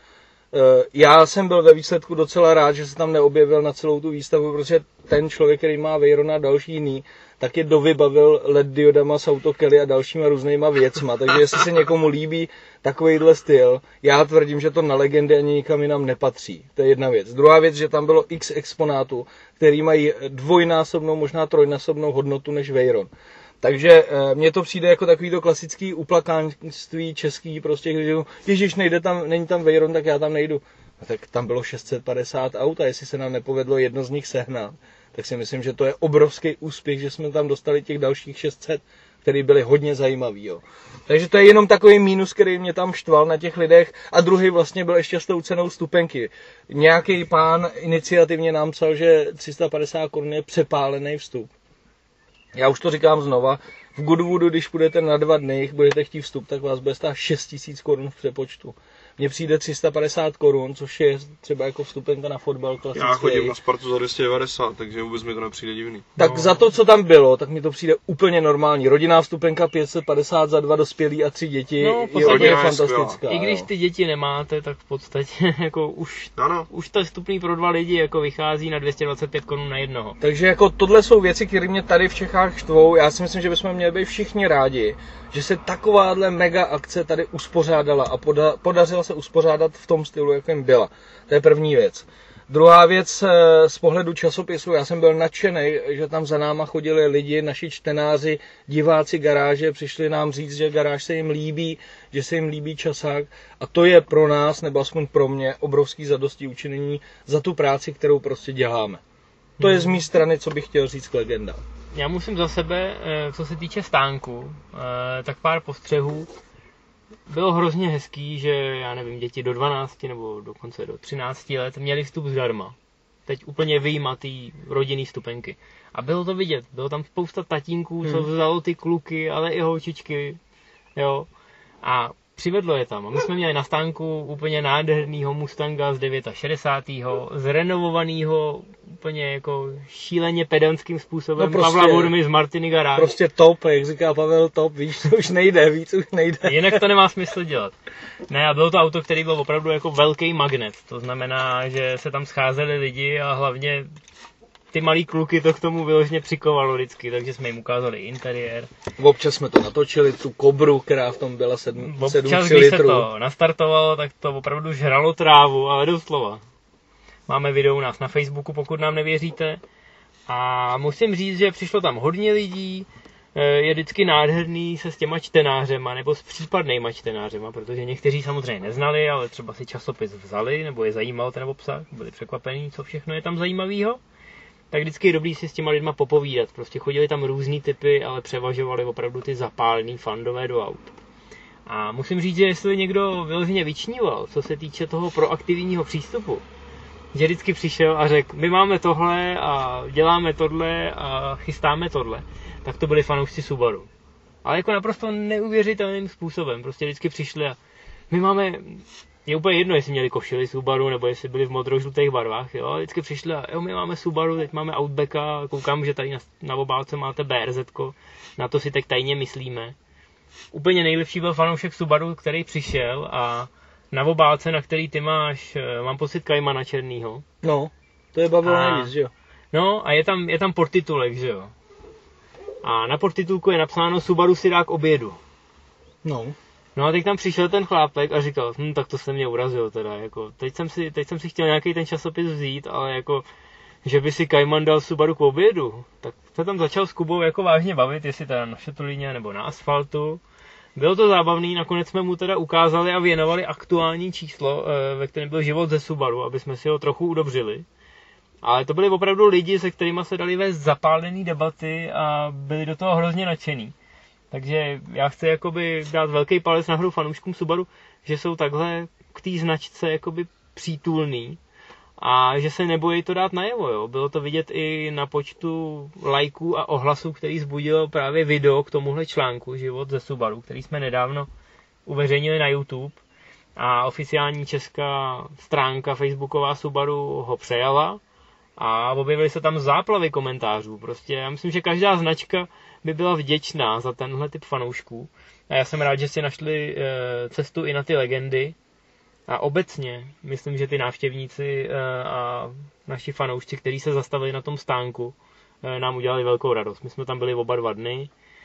Já jsem byl ve výsledku docela rád, že se tam neobjevil na celou tu výstavu, protože ten člověk, který má Veyrona a další jiný, tak je dovybavil L E D diodama s autokely a dalšíma různýma věcma. Takže jestli se někomu líbí takovýhle styl, já tvrdím, že to na legendy ani nikam jinam nepatří. To je jedna věc. Druhá věc, že tam bylo x exponátů, který mají dvojnásobnou, možná trojnásobnou hodnotu než Veyron. Takže mně to přijde jako takovýto klasický uplakánství český, prostě když říkám, ježiš, nejde tam, není tam Veyron, tak já tam nejdu. A tak tam bylo šest set padesát aut a jestli se nám nepovedlo jedno z nich sehnat, tak si myslím, že to je obrovský úspěch, že jsme tam dostali těch dalších šest set, které byly hodně zajímavý. Jo. Takže to je jenom takový mínus, který mě tam štval na těch lidech. A druhý vlastně byl ještě s tou cenou stupenky. Nějaký pán iniciativně nám psal, že tři sta padesát korun je přepálený vstup. Já už to říkám znova, v Goodwoodu, když půjdete na dva dny, budete chtít vstup, tak vás bude stát šest tisíc korun v přepočtu. Mně přijde tři sta padesát korun, což je třeba jako vstupenka na fotbal klasický. Já chodím na Spartu za dvě stě devadesát, takže vůbec mi to nepřijde divný. Tak no. Za to, co tam bylo, tak mi to přijde úplně normální. Rodinná vstupenka pět set padesát za dva dospělí a tři děti no, je hodně fantastická. I když ty děti nemáte, tak v podstatě jako už, ano. už to vstupný pro dva lidi jako vychází na dvě stě dvacet pět korun na jednoho. Takže jako tohle jsou věci, které mě tady v Čechách štvou. Já si myslím, že bychom měli být všichni rádi, že se takováhle mega akce tady uspořádala a poda- podařila se uspořádat v tom stylu, jakým byla. To je první věc. Druhá věc z pohledu časopisu, já jsem byl nadšený, že tam za náma chodili lidi, naši čtenáři, diváci garáže, přišli nám říct, že garáž se jim líbí, že se jim líbí časák a to je pro nás, nebo aspoň pro mě, obrovský zadosti učinění za tu práci, kterou prostě děláme. To je z mé strany, co bych chtěl říct k legendám. Já musím za sebe, co se týče stánku, tak pár postřehů. Bylo hrozně hezký, že, já nevím, děti do dvanácti nebo dokonce do třinácti let měli vstup zdarma. Teď úplně vyjímatý rodinný stupenky. A bylo to vidět, bylo tam spousta tatínků, co hmm. vzalo ty kluky, ale i holčičky, jo. A přivedlo je tam. A my jsme měli na stánku úplně nádhernýho Mustanga z šedesátého devátého zrenovovanýho úplně jako šíleně pedantským způsobem no prostě, Pavla Burmy z Martiny Garage. Prostě top, jak říká Pavel, top, víš, to už nejde, víc už nejde. Jinak to nemá smysl dělat. Ne, a bylo to auto, který byl opravdu jako velký magnet. To znamená, že se tam scházeli lidi a hlavně ty malý kluky to k tomu vyloženě přikovalo vždycky, takže jsme jim ukázali interiér. Občas jsme to natočili, tu Kobru, která v tom byla sedm Občas, sedm když litrů. Se to nastartovalo, tak to opravdu žralo trávu, ale doslova. Máme video u nás na Facebooku, pokud nám nevěříte. A musím říct, že přišlo tam hodně lidí, je vždycky nádherný se s těma čtenářema, nebo s případnýma čtenářema, protože někteří samozřejmě neznali, ale třeba si časopis vzali, nebo je zajímal ten obsah, byli překvapení, co všechno je tam zajímavého. Tak vždycky je dobrý si s těma lidma popovídat. Prostě chodili tam různý typy, ale převažovali opravdu ty zapálený fandové do aut. A musím říct, že jestli někdo vyloženě vyčníval, co se týče toho proaktivního přístupu, že vždycky přišel a řekl, my máme tohle a děláme tohle a chystáme tohle, tak to byli fanoušci Subaru. Ale jako naprosto neuvěřitelným způsobem. Prostě vždycky přišli a my máme... Je úplně jedno, jestli měli košili Subaru, nebo jestli byli v modro-žlutých barvách, jo. Vždycky přišli a jo, my máme Subaru, teď máme Outbacka, koukám, že tady na, na obálce máte B R Z ko, na to si teď tajně myslíme. Úplně nejlepší byl fanoušek Subaru, který přišel a na obálce, na který ty máš, mám pocit Caymana černýho. No, to je bavilo nejvíc, že jo. No a je tam, je tam podtitulek, že jo. A na podtitulku je napsáno Subaru si dá k obědu. No. No a teď tam přišel ten chlápek a říkal, hm, tak to se mě urazil teda, jako, teď jsem si, teď jsem si chtěl nějaký ten časopis vzít, ale jako, že by si Cayman dal Subaru k obědu, tak se tam začal s Kubou jako vážně bavit, jestli teda na šatulíně nebo na asfaltu. Bylo to zábavný, nakonec jsme mu teda ukázali a věnovali aktuální číslo, ve kterém byl život ze Subaru, aby jsme si ho trochu udobřili. Ale to byli opravdu lidi, se kterými se dali vést zapálený debaty a byli do toho hrozně nadšený. Takže já chci jakoby dát velký palec nahoru fanouškům Subaru, že jsou takhle k té značce jakoby přítulný a že se nebojí to dát najevo. Jo. Bylo to vidět i na počtu lajků a ohlasů, který vzbudil právě video k tomuhle článku Život ze Subaru, který jsme nedávno uveřejnili na YouTube. A oficiální česká stránka facebooková Subaru ho přejala a objevily se tam záplavy komentářů. Prostě já myslím, že každá značka by byla vděčná za tenhle typ fanoušků. A já jsem rád, že si našli cestu i na ty legendy. A obecně myslím, že ty návštěvníci a naši fanoušci, kteří se zastavili na tom stánku, nám udělali velkou radost. My jsme tam byli oba dva dny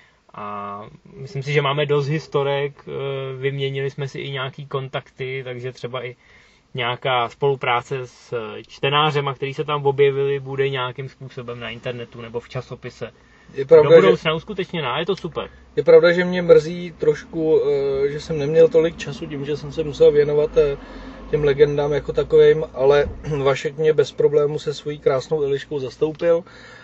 a myslím si, že máme dost historek, vyměnili jsme si i nějaký kontakty, takže třeba i nějaká spolupráce s čtenářema, který se tam objevili, bude nějakým způsobem na internetu nebo v časopise. Je pravda, do budoucna že... uskutečněná, je to super. Je pravda, že mě mrzí trošku, že jsem neměl tolik času tím, že jsem se musel věnovat těm legendám jako takovým, ale Vašek mě bez problému se svojí krásnou Eliškou zastoupil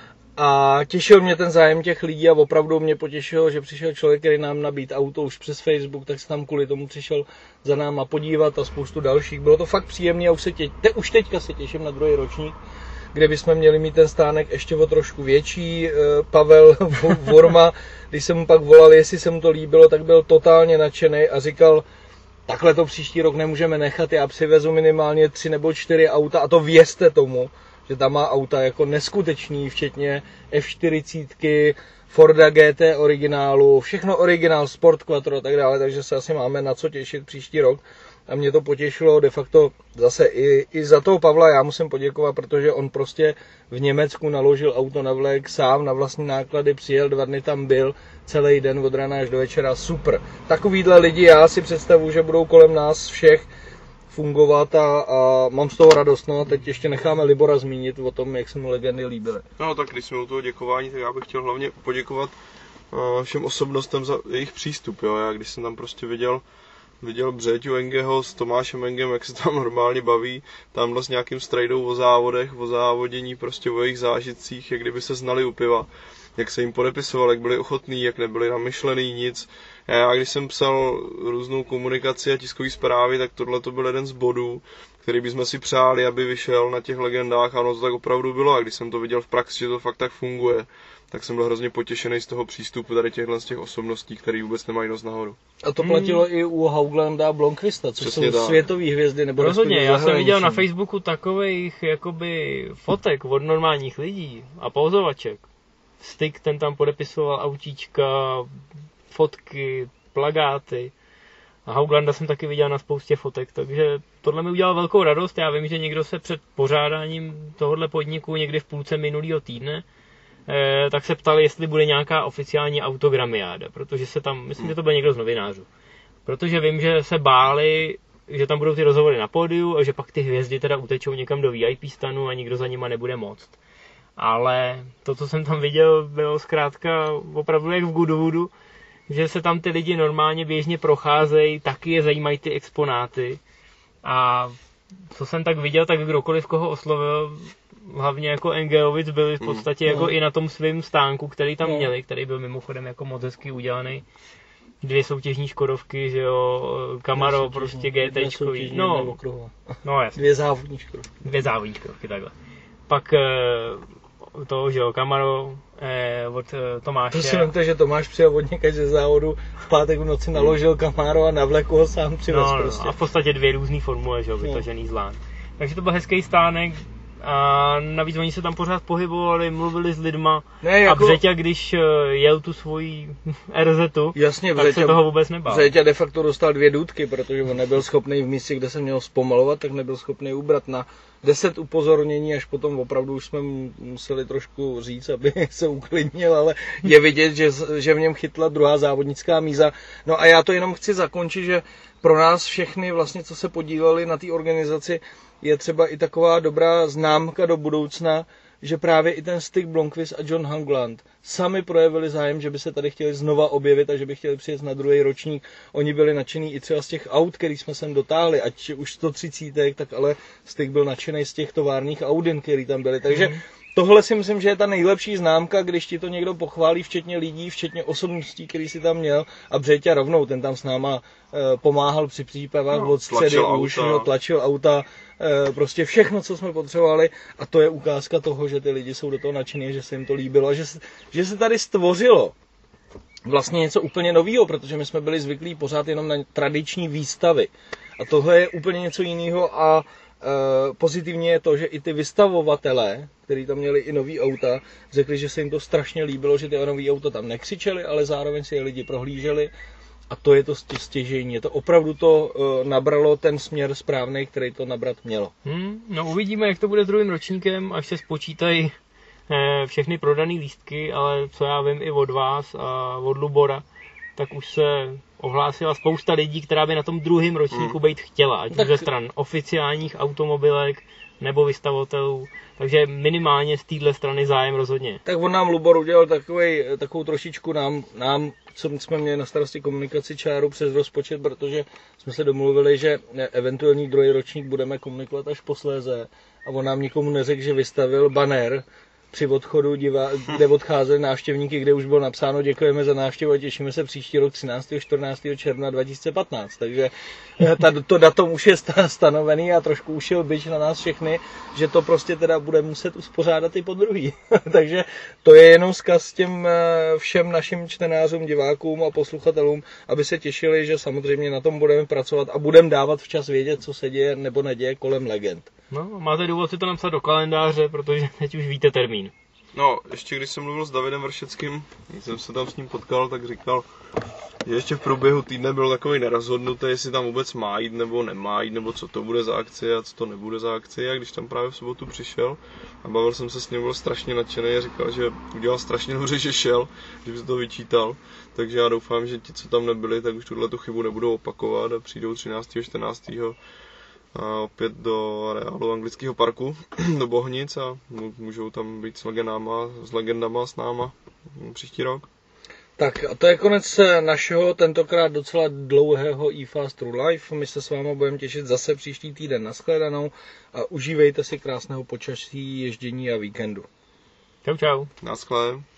a těšil mě ten zájem těch lidí a opravdu mě potěšilo, že přišel člověk, který nám nabít auto už přes Facebook, tak se tam kvůli tomu přišel za náma podívat a spoustu dalších. Bylo to fakt příjemné a už, se tě... Te, už teďka se těším na druhý ročník, kde bychom měli mít ten stánek ještě o trošku větší. Pavel Vorma, když jsem mu pak volal, jestli se mu to líbilo, tak byl totálně nadšený a říkal, takhle to příští rok nemůžeme nechat, já přivezu minimálně tři nebo čtyři auta a to věřte tomu, že tam má auta jako neskutečný, včetně F čtyřicet, Forda G T originálu, všechno originál, Sport Quattro a tak dále, takže se asi máme na co těšit příští rok. A mě to potěšilo de facto zase i, i za toho Pavla, já musím poděkovat, protože on prostě v Německu naložil auto na vlek, sám na vlastní náklady, přijel, dva dny tam byl, celý den od rána až do večera, super. Takovýhle lidi já si představuji, že budou kolem nás všech fungovat a, a mám z toho radost. No a teď ještě necháme Libora zmínit o tom, jak se mu legendy líbily. No tak když jsme u toho děkování, tak já bych chtěl hlavně poděkovat uh, všem osobnostem za jejich přístup. Jo? Já když jsem tam prostě viděl Viděl Břeťu Engeho s Tomášem Engem, jak se tam normálně baví, tamhle s nějakým strejdou o závodech, o závodění, prostě o jejich zážitcích, jak kdyby se znali u piva, jak se jim podepisoval, jak byli ochotní, jak nebyli namyšlený, nic. Já když jsem psal různou komunikaci a tiskové zprávy, tak tohle to byl jeden z bodů, který bychom si přáli, aby vyšel na těch legendách, a ono to tak opravdu bylo. A když jsem to viděl v praxi, že to fakt tak funguje, tak jsem byl hrozně potěšený z toho přístupu tady těchhle z těch osobností, které vůbec nemají nos nahoru. A to platilo hmm. i u Hauglanda a Blomqvista, což Přesně jsou tak. světové hvězdy. Nebo rozhodně, já jsem viděl na Facebooku takových jakoby fotek od normálních lidí a pózovaček. Styk, ten tam podepisoval autíčka, fotky, plagáty. A Hauglanda jsem taky viděl na spoustě fotek, takže tohle mi udělalo velkou radost. Já vím, že někdo se před pořádáním tohohle podniku někdy v půlce minulého týdne eh, tak se ptal, jestli bude nějaká oficiální autogramiáda, protože se tam, myslím, že to byl někdo z novinářů. Protože vím, že se báli, že tam budou ty rozhovory na pódiu a že pak ty hvězdy teda utečou někam do V I P stanu a nikdo za nima nebude moct. Ale to, co jsem tam viděl, bylo zkrátka opravdu jak v Goodwoodu, že se tam ty lidi normálně běžně procházejí, taky je zajímají ty exponáty. A co jsem tak viděl, tak kdokoliv koho oslovil, hlavně jako Engeovic, byli v podstatě mm. jako mm. i na tom svém stánku, který tam mm. měli, který byl mimochodem jako moc hezky udělaný. Dvě soutěžní Škodovky, že jo, Camaro, prostě GTčkový. No, no jasně. Dvě závodní Škodovky. Dvě závodní Škodovky, takhle. Pak to, že jo, Camaro eh, od eh, Tomáše. To si vemte, že Tomáš přijel od někaď ze závodu, v pátek v noci naložil Camaro a na vleku ho sám přivez no, no, prostě. A v podstatě dvě různý formule, že jo, vytažený no. z lán. Takže to byl hezký stánek a navíc oni se tam pořád pohybovali, mluvili s lidma ne, jako... a Břeťa, když jel tu svoji R Z, jasně, tak Břeťa, se toho vůbec nebál. Břeťa de facto dostal dvě dudky, protože on nebyl schopný v místě, kde se měl zpomalovat, tak nebyl schopný ubrat na deset upozornění, až potom opravdu už jsme museli trošku říct, aby se uklidnil, ale je vidět, že, že v něm chytla druhá závodnická míza. No a já to jenom chci zakončit, že pro nás všechny vlastně, co se podíleli na té organizaci, je třeba i taková dobrá známka do budoucna, že právě i ten Stig Blomqvist a John Hauglund sami projevili zájem, že by se tady chtěli znova objevit a že by chtěli přijet na druhý ročník. Oni byli nadšení i třeba z těch aut, který jsme sem dotáhli, ať už sto třicet, tak ale Stig byl nadšený z těch továrních Audin, který tam byly. Takže tohle si myslím, že je ta nejlepší známka, když ti to někdo pochválí, včetně lidí, včetně osobností, který si tam měl, a Břeťa rovnou, ten tam s náma e, pomáhal při přípravách no, od středy už, no, tlačil auta, e, prostě všechno, co jsme potřebovali, a to je ukázka toho, že ty lidi jsou do toho nadšení, že se jim to líbilo a že, že se tady stvořilo vlastně něco úplně nového, protože my jsme byli zvyklí pořád jenom na tradiční výstavy. A tohle je úplně něco jiného a e, pozitivně je to, že i ty vystavovatelé, kteří tam měli i nový auta, řekli, že se jim to strašně líbilo, že ty nový auta tam nekřičeli, ale zároveň si je lidi prohlíželi. A to je to stěžejní. To opravdu to e, nabralo ten směr správný, který to nabrat mělo. Hmm, no uvidíme, jak to bude s druhým ročníkem, až se spočítají všechny prodané lístky, ale co já vím i od vás a od Lubora, tak už se ohlásila spousta lidí, která by na tom druhém ročníku být chtěla, ať už ze stran oficiálních automobilek nebo vystavovatelů, takže minimálně z téhle strany zájem rozhodně. Tak on nám Lubor udělal takovej, takovou trošičku nám, nám, co jsme měli na starosti komunikaci, čáru přes rozpočet, protože jsme se domluvili, že eventuální druhý ročník budeme komunikovat až posléze, a on nám nikomu neřekl, že vystavil banner při odchodu, divá, kde odcházeli návštěvníky, kde už bylo napsáno děkujeme za návštěvu a těšíme se příští rok třináctého čtrnáctého června dva tisíce patnáct. Takže ta, to datum už je stanovený a trošku ušel bič na nás všechny, že to prostě teda bude muset uspořádat i po druhý. Takže to je jenom vzkaz těm všem našim čtenářům, divákům a posluchatelům, aby se těšili, že samozřejmě na tom budeme pracovat a budeme dávat včas vědět, co se děje nebo neděje kolem legend. No, máte důvod si to napsat do kalendáře, protože teď už víte termín. No, ještě když jsem mluvil s Davidem Vršeckým, když jsem se tam s ním potkal, tak říkal, že ještě v průběhu týdne byl takový nerozhodnutý, jestli tam vůbec má jít nebo nemá jít, nebo co to bude za akci a co to nebude za akci. A když tam právě v sobotu přišel a bavil jsem se s ním, byl strašně nadšený a říkal, že udělal strašně dobře, že šel, že by se to vyčítal. Takže já doufám, že ti, co tam nebyli, tak už tuhle chybu nebudou opakovat a přijdou třináctého čtrnáctého a opět do areálu anglického parku, do Bohnic, a můžou tam být s legendama, s legendama s náma příští rok. Tak a to je konec našeho tentokrát docela dlouhého eFast True Life. My se s vámi budeme těšit zase příští týden. Nashledanou a užívejte si krásného počasí, ježdění a víkendu. Čau, čau. Naschle.